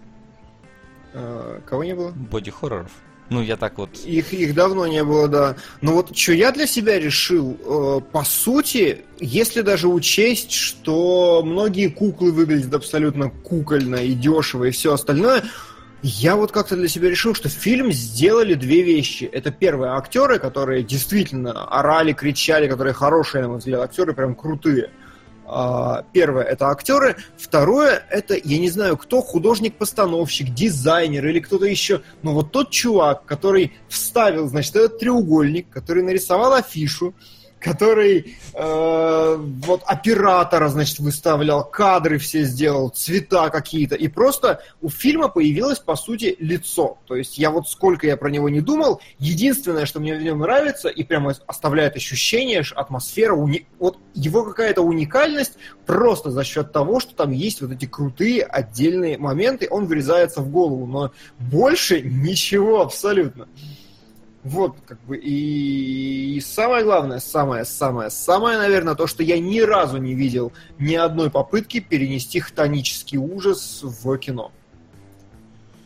Кого не было? Боди-хорроров. Ну, я так вот... Их давно не было, да. Но вот что я для себя решил, по сути, если даже учесть, что многие куклы выглядят абсолютно кукольно и дешево и все остальное... Я вот как-то для себя решил, что фильм сделали две вещи. Это первое, актеры, которые действительно орали, кричали, которые хорошие, на мой взгляд, актеры прям крутые. Первое, это актеры. Второе, это, я не знаю кто, художник-постановщик, дизайнер или кто-то еще. Но вот тот чувак, который вставил, значит, этот треугольник, который нарисовал афишу, который вот оператора, значит, выставлял, кадры все сделал, цвета какие-то, и просто у фильма появилось, по сути, лицо. То есть я вот сколько я про него не думал, единственное, что мне в нем нравится, и прямо оставляет ощущение, атмосфера, вот его какая-то уникальность просто за счет того, что там есть вот эти крутые отдельные моменты, он врезается в голову, но больше ничего абсолютно. Вот, как бы, и самое главное, самое, наверное, то, что я ни разу не видел ни одной попытки перенести хтонический ужас в кино.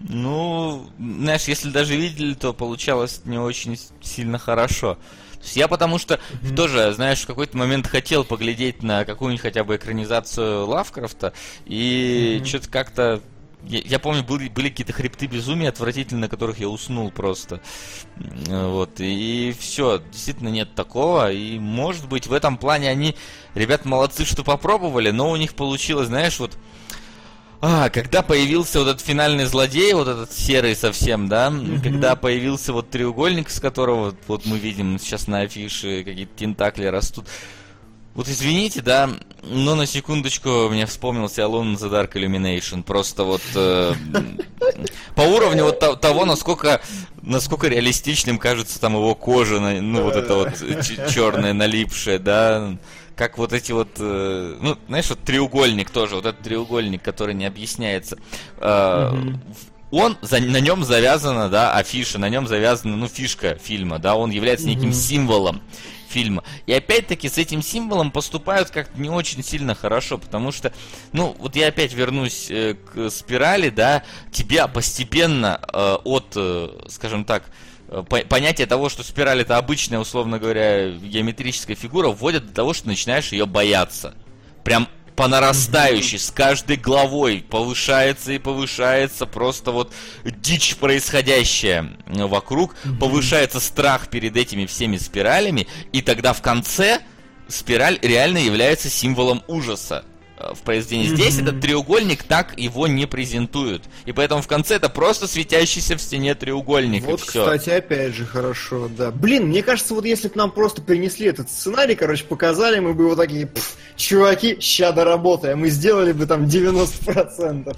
Ну, знаешь, если даже видели, то получалось не очень сильно хорошо. То есть я потому что тоже, знаешь, в какой-то момент хотел поглядеть на какую-нибудь хотя бы экранизацию Лавкрафта, и что-то как-то... Я помню, были какие-то хребты безумия отвратительные, на которых я уснул просто. Вот, и все, действительно нет такого. И, может быть, в этом плане они, ребята, молодцы, что попробовали, но у них получилось, знаешь, вот... когда появился вот этот финальный злодей, вот этот серый совсем, да, когда появился вот треугольник, с которого вот мы видим сейчас на афише, какие-то тентакли растут. Вот извините, да, но на секундочку мне вспомнился Alone in the Dark Illumination. Просто вот по уровню вот того, насколько реалистичным кажется там его кожа, ну вот это вот черное налипшее, да. Как вот эти вот, ну, знаешь, вот треугольник тоже, вот этот треугольник, который не объясняется. На нем завязана, да, афиша, на нем завязана, ну, фишка фильма, да, он является неким символом фильма. И опять-таки с этим символом поступают как-то не очень сильно хорошо, потому что, ну, вот я опять вернусь к спирали, да, тебя постепенно от, скажем так, понятие того, что спираль это обычная, условно говоря, геометрическая фигура, вводит до того, что начинаешь ее бояться. Прям по нарастающей, с каждой главой повышается и повышается просто вот дичь происходящая вокруг, повышается страх перед этими всеми спиралями, и тогда в конце спираль реально является символом ужаса в произведении. Здесь этот треугольник так его не презентуют. И поэтому в конце это просто светящийся в стене треугольник. Вот, и все. Кстати, опять же, хорошо, да. Блин, мне кажется, вот если бы нам просто принесли этот сценарий, короче, показали, мы бы вот такие, чуваки, ща доработаем, мы сделали бы там 90%.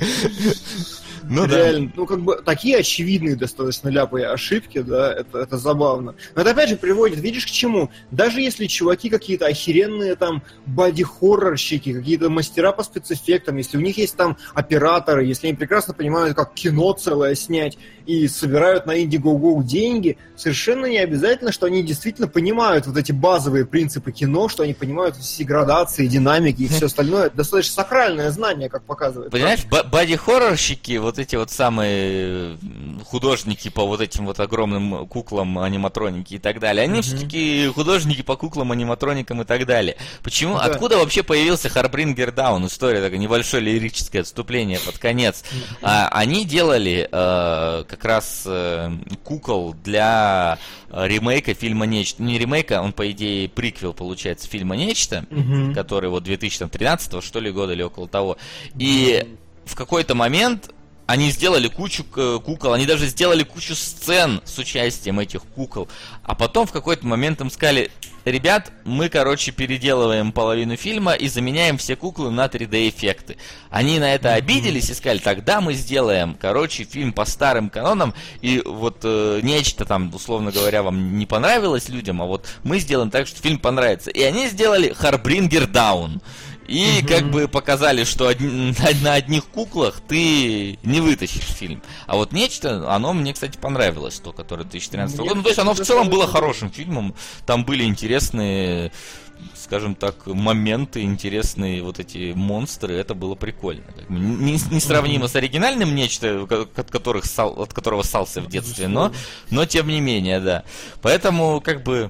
Ну, реально, да. Ну, как бы, такие очевидные достаточно ляпы и ошибки, да, это забавно. Но это, опять же, приводит, видишь, к чему? Даже если чуваки какие-то охеренные там боди-хоррорщики, какие-то мастера по спецэффектам, если у них есть там операторы, если они прекрасно понимают, как кино целое снять, и собирают на Indiegogo деньги, совершенно не обязательно, что они действительно понимают вот эти базовые принципы кино, что они понимают все градации, динамики и все остальное. Это достаточно сакральное знание, как показывает. Понимаешь, боди-хоррорщики, вот эти вот самые художники по вот этим вот огромным куклам, аниматроники и так далее, они все-таки художники по куклам, аниматроникам и так далее. Почему? Да. Откуда вообще появился Harbinger Dawn? История такая, небольшое лирическое отступление под конец. Они делали как раз кукол для ремейка фильма «Нечто». Не ремейка, он, по идее, приквел, получается, фильма «Нечто», который вот 2013 что ли года или около того. И в какой-то момент они сделали кучу кукол, они даже сделали кучу сцен с участием этих кукол. А потом в какой-то момент им сказали: ребят, мы, короче, переделываем половину фильма и заменяем все куклы на 3D-эффекты. Они на это обиделись и сказали: тогда мы сделаем, короче, фильм по старым канонам, и вот нечто там, условно говоря, вам не понравилось людям, а вот мы сделаем так, что фильм понравится. И они сделали Harbinger Dawn. И как бы показали, что на одних куклах ты не вытащишь фильм. А вот нечто, оно мне, кстати, понравилось, то, которое 2013 года. Ну, то есть оно в целом было хорошим фильмом. Там были интересные, скажем так, моменты, интересные вот эти монстры. Это было прикольно. Несравнимо с оригинальным нечто, от которого ссался в детстве, но тем не менее, да. Поэтому, как бы...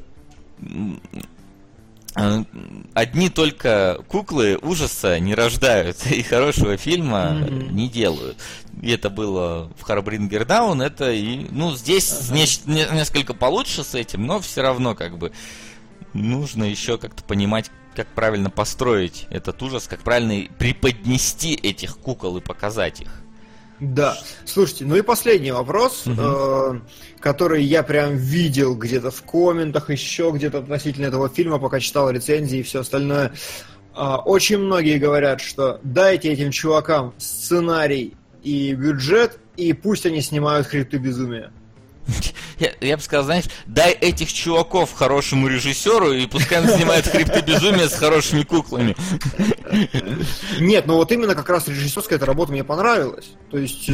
Одни только куклы ужаса не рождают и хорошего фильма не делают. И это было в Harbinger Dawn, это и... Ну, здесь несколько получше с этим, но все равно как бы нужно еще как-то понимать, как правильно построить этот ужас, как правильно преподнести этих кукол и показать их. Да. Слушайте, ну и последний вопрос, который я прям видел где-то в комментах, еще где-то относительно этого фильма, пока читал рецензии и все остальное. Очень многие говорят, что дайте этим чувакам сценарий и бюджет, и пусть они снимают «Хребты безумия». Я бы сказал, знаешь, дай этих чуваков хорошему режиссеру, и пускай он снимает «Хребты безумия» с хорошими куклами. Нет, ну вот именно как раз режиссерская эта работа мне понравилась. То есть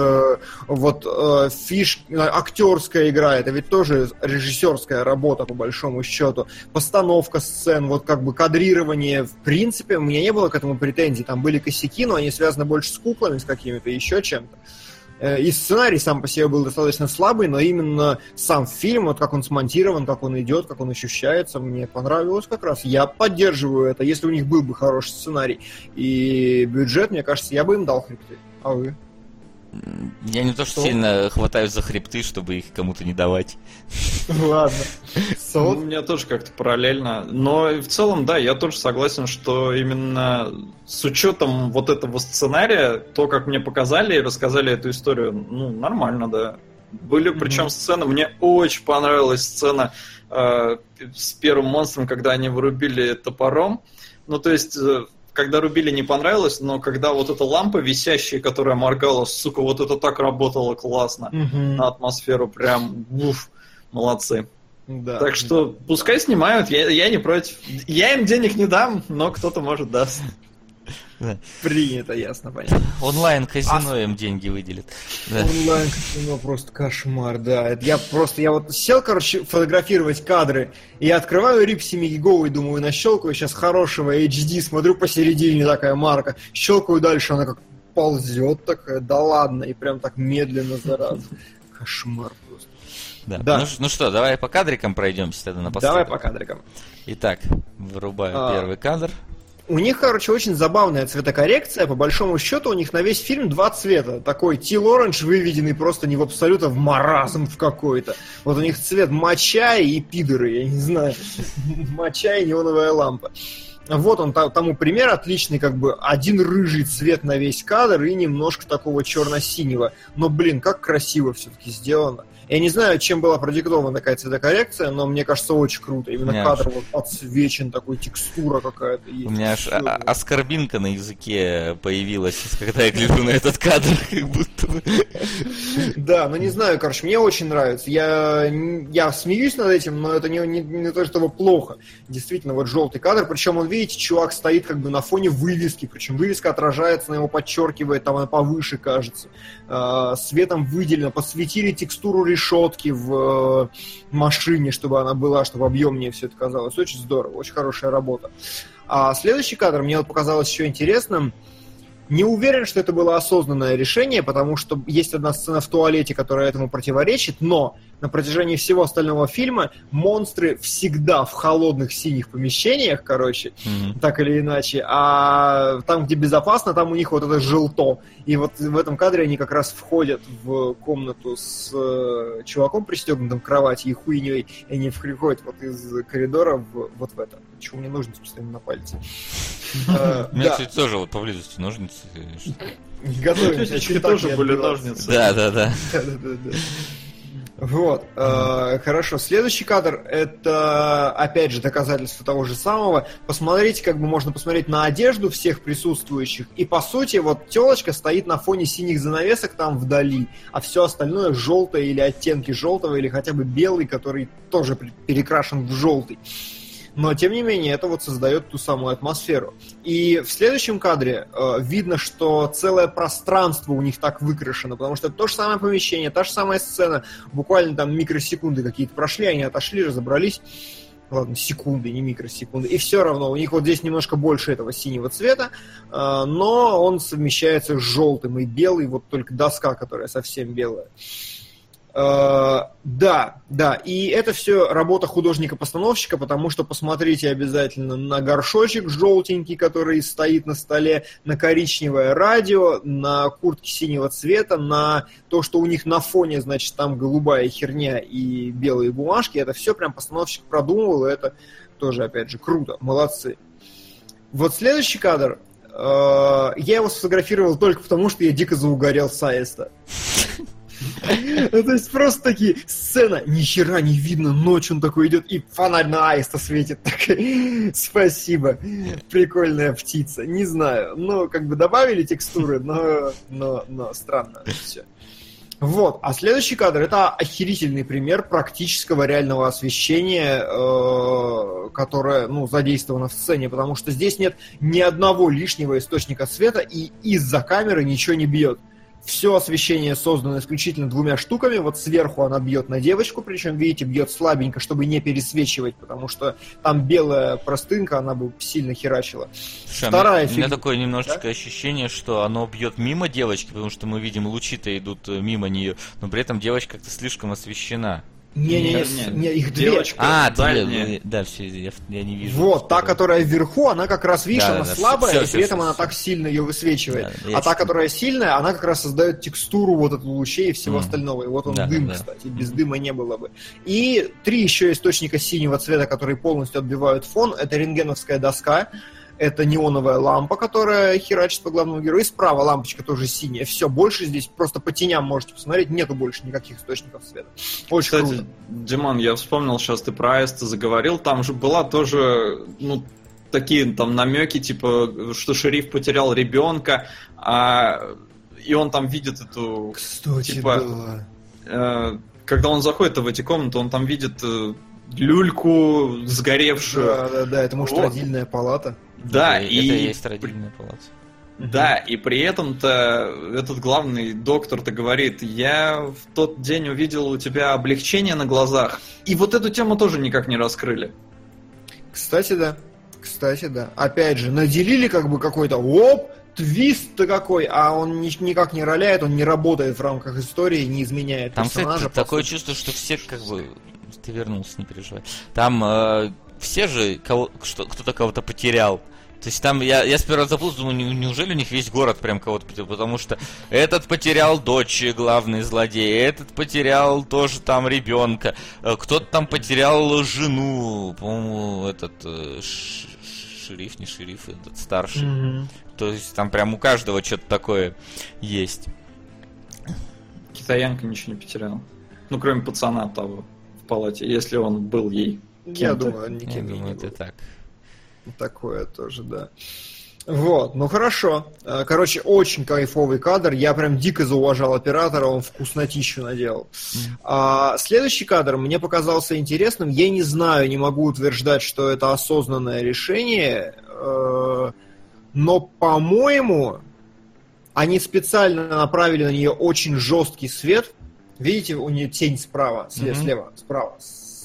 актерская игра, это ведь тоже режиссерская работа по большому счету. Постановка сцен, вот как бы кадрирование, в принципе, у меня не было к этому претензий. Там были косяки, но они связаны больше с куклами, с какими-то еще чем-то. И сценарий сам по себе был достаточно слабый, но именно сам фильм, вот как он смонтирован, как он идет, как он ощущается, мне понравилось как раз. Я поддерживаю это, если у них был бы хороший сценарий и бюджет, мне кажется, я бы им дал хребты. А вы? Я не то, что сильно хватаюсь за хребты, чтобы их кому-то не давать. Ладно. У меня тоже как-то параллельно. Но в целом, да, я тоже согласен, что именно с учетом вот этого сценария, то, как мне показали и рассказали эту историю, ну, нормально, да. Были, причем сцены, мне очень понравилась сцена с первым монстром, когда они вырубили топором. Ну, то есть... Когда рубили, не понравилось, но когда вот эта лампа висящая, которая моргала, сука, вот это так работало классно на атмосферу, прям, молодцы. Да, так что пускай снимают, я не против. Я им денег не дам, но кто-то, может, даст. Принято, ясно, понятно. Онлайн-казино им деньги выделит. Да. Онлайн-казино просто кошмар, да. Я вот сел, короче, фотографировать кадры, и открываю Rip 7 гиговый, думаю, нащелкаю сейчас хорошего HD, смотрю посередине такая марка, щелкаю дальше, она как ползет такая, да ладно, и прям так медленно, зараза. Кошмар просто. Да. Ну что, давай по кадрикам пройдемся тогда напоследок. Давай по кадрикам. Итак, вырубаю первый кадр. У них, короче, очень забавная цветокоррекция. По большому счету, у них на весь фильм 2 цвета. Такой Teal Orange, выведенный просто не в абсолют, а в маразм в какой-то. Вот у них цвет моча и пидоры, я не знаю. Моча и неоновая лампа. Вот он тому пример отличный, как бы один рыжий цвет на весь кадр и немножко такого черно-синего. Но, блин, как красиво все-таки сделано. Я не знаю, чем была продиктована такая цветокоррекция, но мне кажется, очень круто. Именно кадр вот подсвечен, такой текстура какая-то есть. У меня аж оскорбинка на языке появилась, когда я гляжу на этот кадр, как будто бы. Да, ну не знаю, короче, мне очень нравится. Я смеюсь над этим, но это не то, чтобы плохо. Действительно, вот желтый кадр, причем он, видите, чувак стоит как бы на фоне вывески, причем вывеска отражается, она его подчеркивает, там она повыше кажется. Светом выделено, подсветили текстуру решетки в машине, чтобы она была, чтобы объемнее все это казалось. Очень здорово, очень хорошая работа. А следующий кадр мне вот показалось еще интересным. Не уверен, что это было осознанное решение, потому что есть одна сцена в туалете, которая этому противоречит, но на протяжении всего остального фильма монстры всегда в холодных синих помещениях, короче, так или иначе, а там, где безопасно, там у них вот это желто. И вот в этом кадре они как раз входят в комнату с чуваком, пристегнутым к кровати и хуйней, и они входят вот из коридора вот в это. Чего мне ножницы постоянно на пальце? У меня, кстати, тоже вот поблизости ножницы. Готовимся. Тоже были ножницы. Да. Вот, хорошо. Следующий кадр — это, опять же, доказательство того же самого. Посмотрите, как бы можно посмотреть на одежду всех присутствующих. И, по сути, вот телочка стоит на фоне синих занавесок там вдали, а все остальное желтое или оттенки желтого, или хотя бы белый, который тоже перекрашен в желтый. Но, тем не менее, это вот создает ту самую атмосферу. И в следующем кадре видно, что целое пространство у них так выкрашено, потому что это то же самое помещение, та же самая сцена, буквально там микросекунды какие-то прошли, они отошли, разобрались. Ладно, секунды, не микросекунды. И все равно, у них вот здесь немножко больше этого синего цвета, но он совмещается с желтым и белый, вот только доска, которая совсем белая. Да, и это все работа художника-постановщика, потому что посмотрите обязательно на горшочек желтенький, который стоит на столе, на коричневое радио, на куртке синего цвета, на то, что у них на фоне, значит, там голубая херня и белые бумажки. Это все прям постановщик продумывал, и это тоже, опять же, круто, молодцы. Вот следующий кадр, я его сфотографировал только потому, что я дико заугорел с Аиста. Ну, то есть просто такие сцена, ни хера не видно, ночь он такой идет, и фонарь на Аиста светит. Спасибо, прикольная птица. Не знаю, ну, как бы добавили текстуры, но странно все. Вот, а следующий кадр — это охерительный пример практического реального освещения, которое, задействовано в сцене, потому что здесь нет ни одного лишнего источника света, и из-за камеры ничего не бьет. Все освещение создано исключительно 2 штуками. Вот сверху она бьет на девочку, причем, видите, бьет слабенько, чтобы не пересвечивать, потому что там белая простынка, она бы сильно херачила. Слушай, у меня такое немножечко ощущение, что оно бьет мимо девочки, потому что мы видим, лучи-то идут мимо нее, но при этом девочка как-то слишком освещена. Не, их 2. Девочка, да, все, я не вижу. Вот, та, которая вверху, она как раз, видишь, она слабая, и при этом она так сильно ее высвечивает. А та, которая сильная, она как раз создает текстуру вот этого лучей и всего остального. И вот он дым, кстати, без дыма не было бы. И 3 еще источника синего цвета, которые полностью отбивают фон. Это рентгеновская доска. Это неоновая лампа, которая херачит по главному герою. И справа лампочка тоже синяя. Все, больше здесь просто по теням можете посмотреть. Нету больше никаких источников света. Очень Кстати, круто. Димон, я вспомнил, сейчас ты про Аиста заговорил. Там же была тоже, такие там намеки, типа, что шериф потерял ребенка, и он там видит эту... Кстати, типа, когда он заходит в эти комнаты, он там видит люльку сгоревшую. Да, это может родильная палата. Да, это и есть родильная палата. Да, и при этом-то этот главный доктор-то говорит: я в тот день увидел у тебя облегчение на глазах. И вот эту тему тоже никак не раскрыли. Кстати, да. Опять же, наделили как бы какой-то твист-то какой, а он никак не роляет, он не работает в рамках истории, не изменяет там, персонажа. Кстати, такое чувство, что все как бы... Ты вернулся, не переживай. Там все же кто-то кого-то потерял. То есть там я сперва запутался, думаю, неужели у них весь город прям кого-то потерял? Потому что этот потерял дочь, главный злодей, этот потерял тоже там ребенка, кто-то там потерял жену, по-моему, этот шериф, не шериф, этот старший. Mm-hmm. То есть там прям у каждого что-то такое есть. Китаянка ничего не потеряла. Кроме пацана того в палате, если он был ей кем-то. Я думаю, никем не это был. так. Такое тоже, да. Вот, хорошо. Короче, очень кайфовый кадр. Я прям дико зауважал оператора, он вкуснотищу наделал. Следующий кадр мне показался интересным. Я не знаю, не могу утверждать, что это осознанное решение, но, по-моему, они специально направили на нее очень жесткий свет. Видите, у нее тень справа, слева, справа.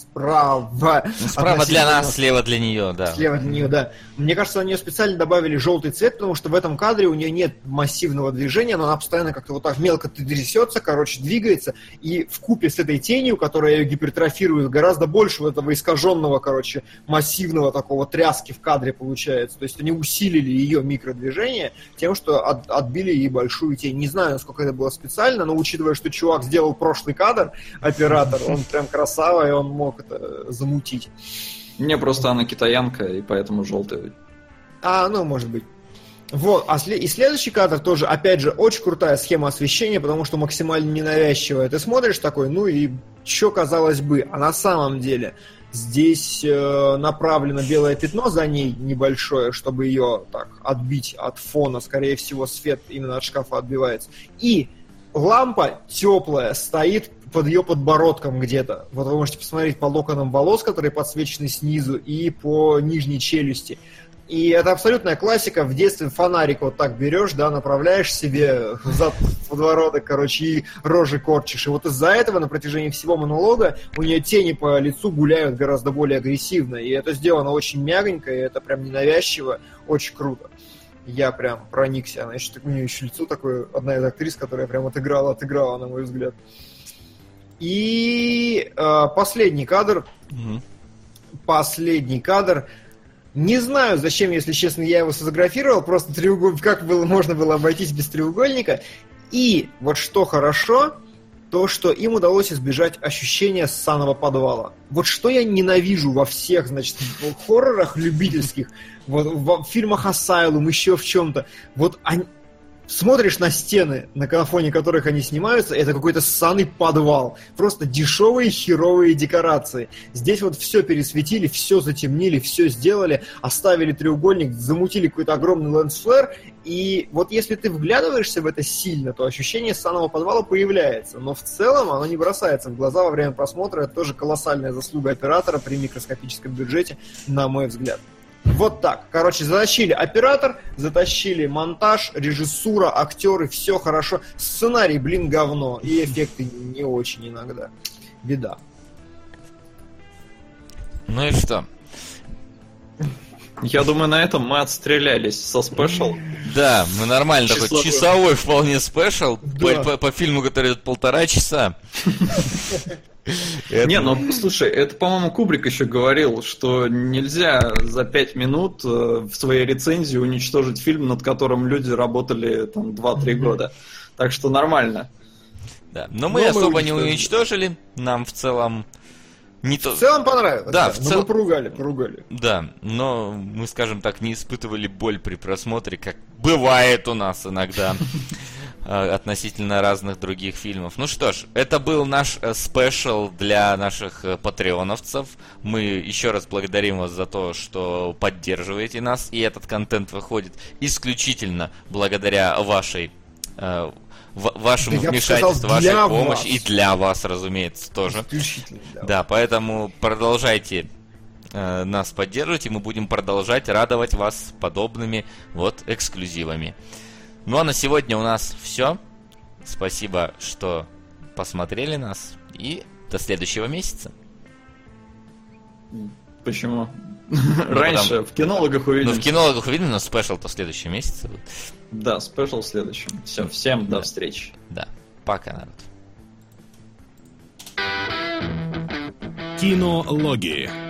Справа для нас, слева для нее, да. Слева для нее, да. Мне кажется, на нее специально добавили желтый цвет, потому что в этом кадре у нее нет массивного движения, но она постоянно как-то вот так мелко трясется, двигается, и вкупе с этой тенью, которая ее гипертрофирует, гораздо больше вот этого искаженного, массивного такого тряски в кадре получается. То есть они усилили ее микродвижение тем, что отбили ей большую тень. Не знаю, насколько это было специально, но учитывая, что чувак сделал прошлый кадр, оператор, он прям красава, и он мог это замутить. Мне просто она китаянка, и поэтому желтый. Может быть. Вот, и следующий кадр тоже, опять же, очень крутая схема освещения, потому что максимально ненавязчивая. Ты смотришь такой, и что казалось бы, а на самом деле здесь направлено белое пятно за ней небольшое, чтобы ее так отбить от фона, скорее всего, свет именно от шкафа отбивается. И лампа теплая стоит под ее подбородком где-то. Вот вы можете посмотреть по локонам волос, которые подсвечены снизу, и по нижней челюсти. И это абсолютная классика. В детстве фонарик вот так берешь, да, направляешь себе в подбородок, и рожи корчишь. И вот из-за этого на протяжении всего монолога у нее тени по лицу гуляют гораздо более агрессивно. И это сделано очень мягонько, и это прям ненавязчиво, очень круто. Я прям проникся. Она у нее еще лицо такое, одна из актрис, которая прям отыграла, на мой взгляд. И последний кадр. Последний кадр. Не знаю, зачем, если честно, я его сфотографировал. Просто как можно было обойтись без треугольника. И вот что хорошо, то, что им удалось избежать ощущения ссаного подвала. Вот что я ненавижу во всех, хоррорах любительских, в фильмах Asylum, еще в чем-то. Смотришь на стены, на фоне которых они снимаются, это какой-то ссаный подвал. Просто дешевые херовые декорации. Здесь все пересветили, все затемнили, все сделали, оставили треугольник, замутили какой-то огромный лэнсфлэр. И вот если ты вглядываешься в это сильно, то ощущение ссаного подвала появляется. Но в целом оно не бросается в глаза во время просмотра. Это тоже колоссальная заслуга оператора при микроскопическом бюджете, на мой взгляд. Вот так. Короче, затащили оператор, затащили монтаж, режиссура, актеры, все хорошо. Сценарий, блин, говно. И эффекты не очень иногда. Беда. Ну и что? Я думаю, на этом мы отстрелялись со спешл. Да, мы нормально такой часовой вполне спешл Да. по фильму, который идет 1,5 часа. Не, ну слушай, это, по-моему, Кубрик еще говорил, что нельзя за 5 минут в своей рецензии уничтожить фильм, над которым люди работали там 2-3 года. Так что нормально. Да, но мы особо не уничтожили. Нам в целом не то. В целом понравилось. Да, Да, в но целом мы поругали. Да, но мы, скажем так, не испытывали боль при просмотре, как бывает у нас иногда относительно разных других фильмов. Ну что ж, это был наш спешл для наших патреоновцев. Мы еще раз благодарим вас за то, что поддерживаете нас, и этот контент выходит исключительно благодаря вашему вмешательству, вашей помощи, и для вас, разумеется, тоже. Исключительно, да. Да, поэтому продолжайте нас поддерживать, и мы будем продолжать радовать вас подобными вот эксклюзивами. Ну а на сегодня у нас все. Спасибо, что посмотрели нас, и до следующего месяца. Почему? Раньше в кинологах увидим. Ну, в кинологах увидим, но спешл-то в следующем месяце будет. Да, спешл в следующем. Все, всем до встречи. Да, пока, народ. Кинологии.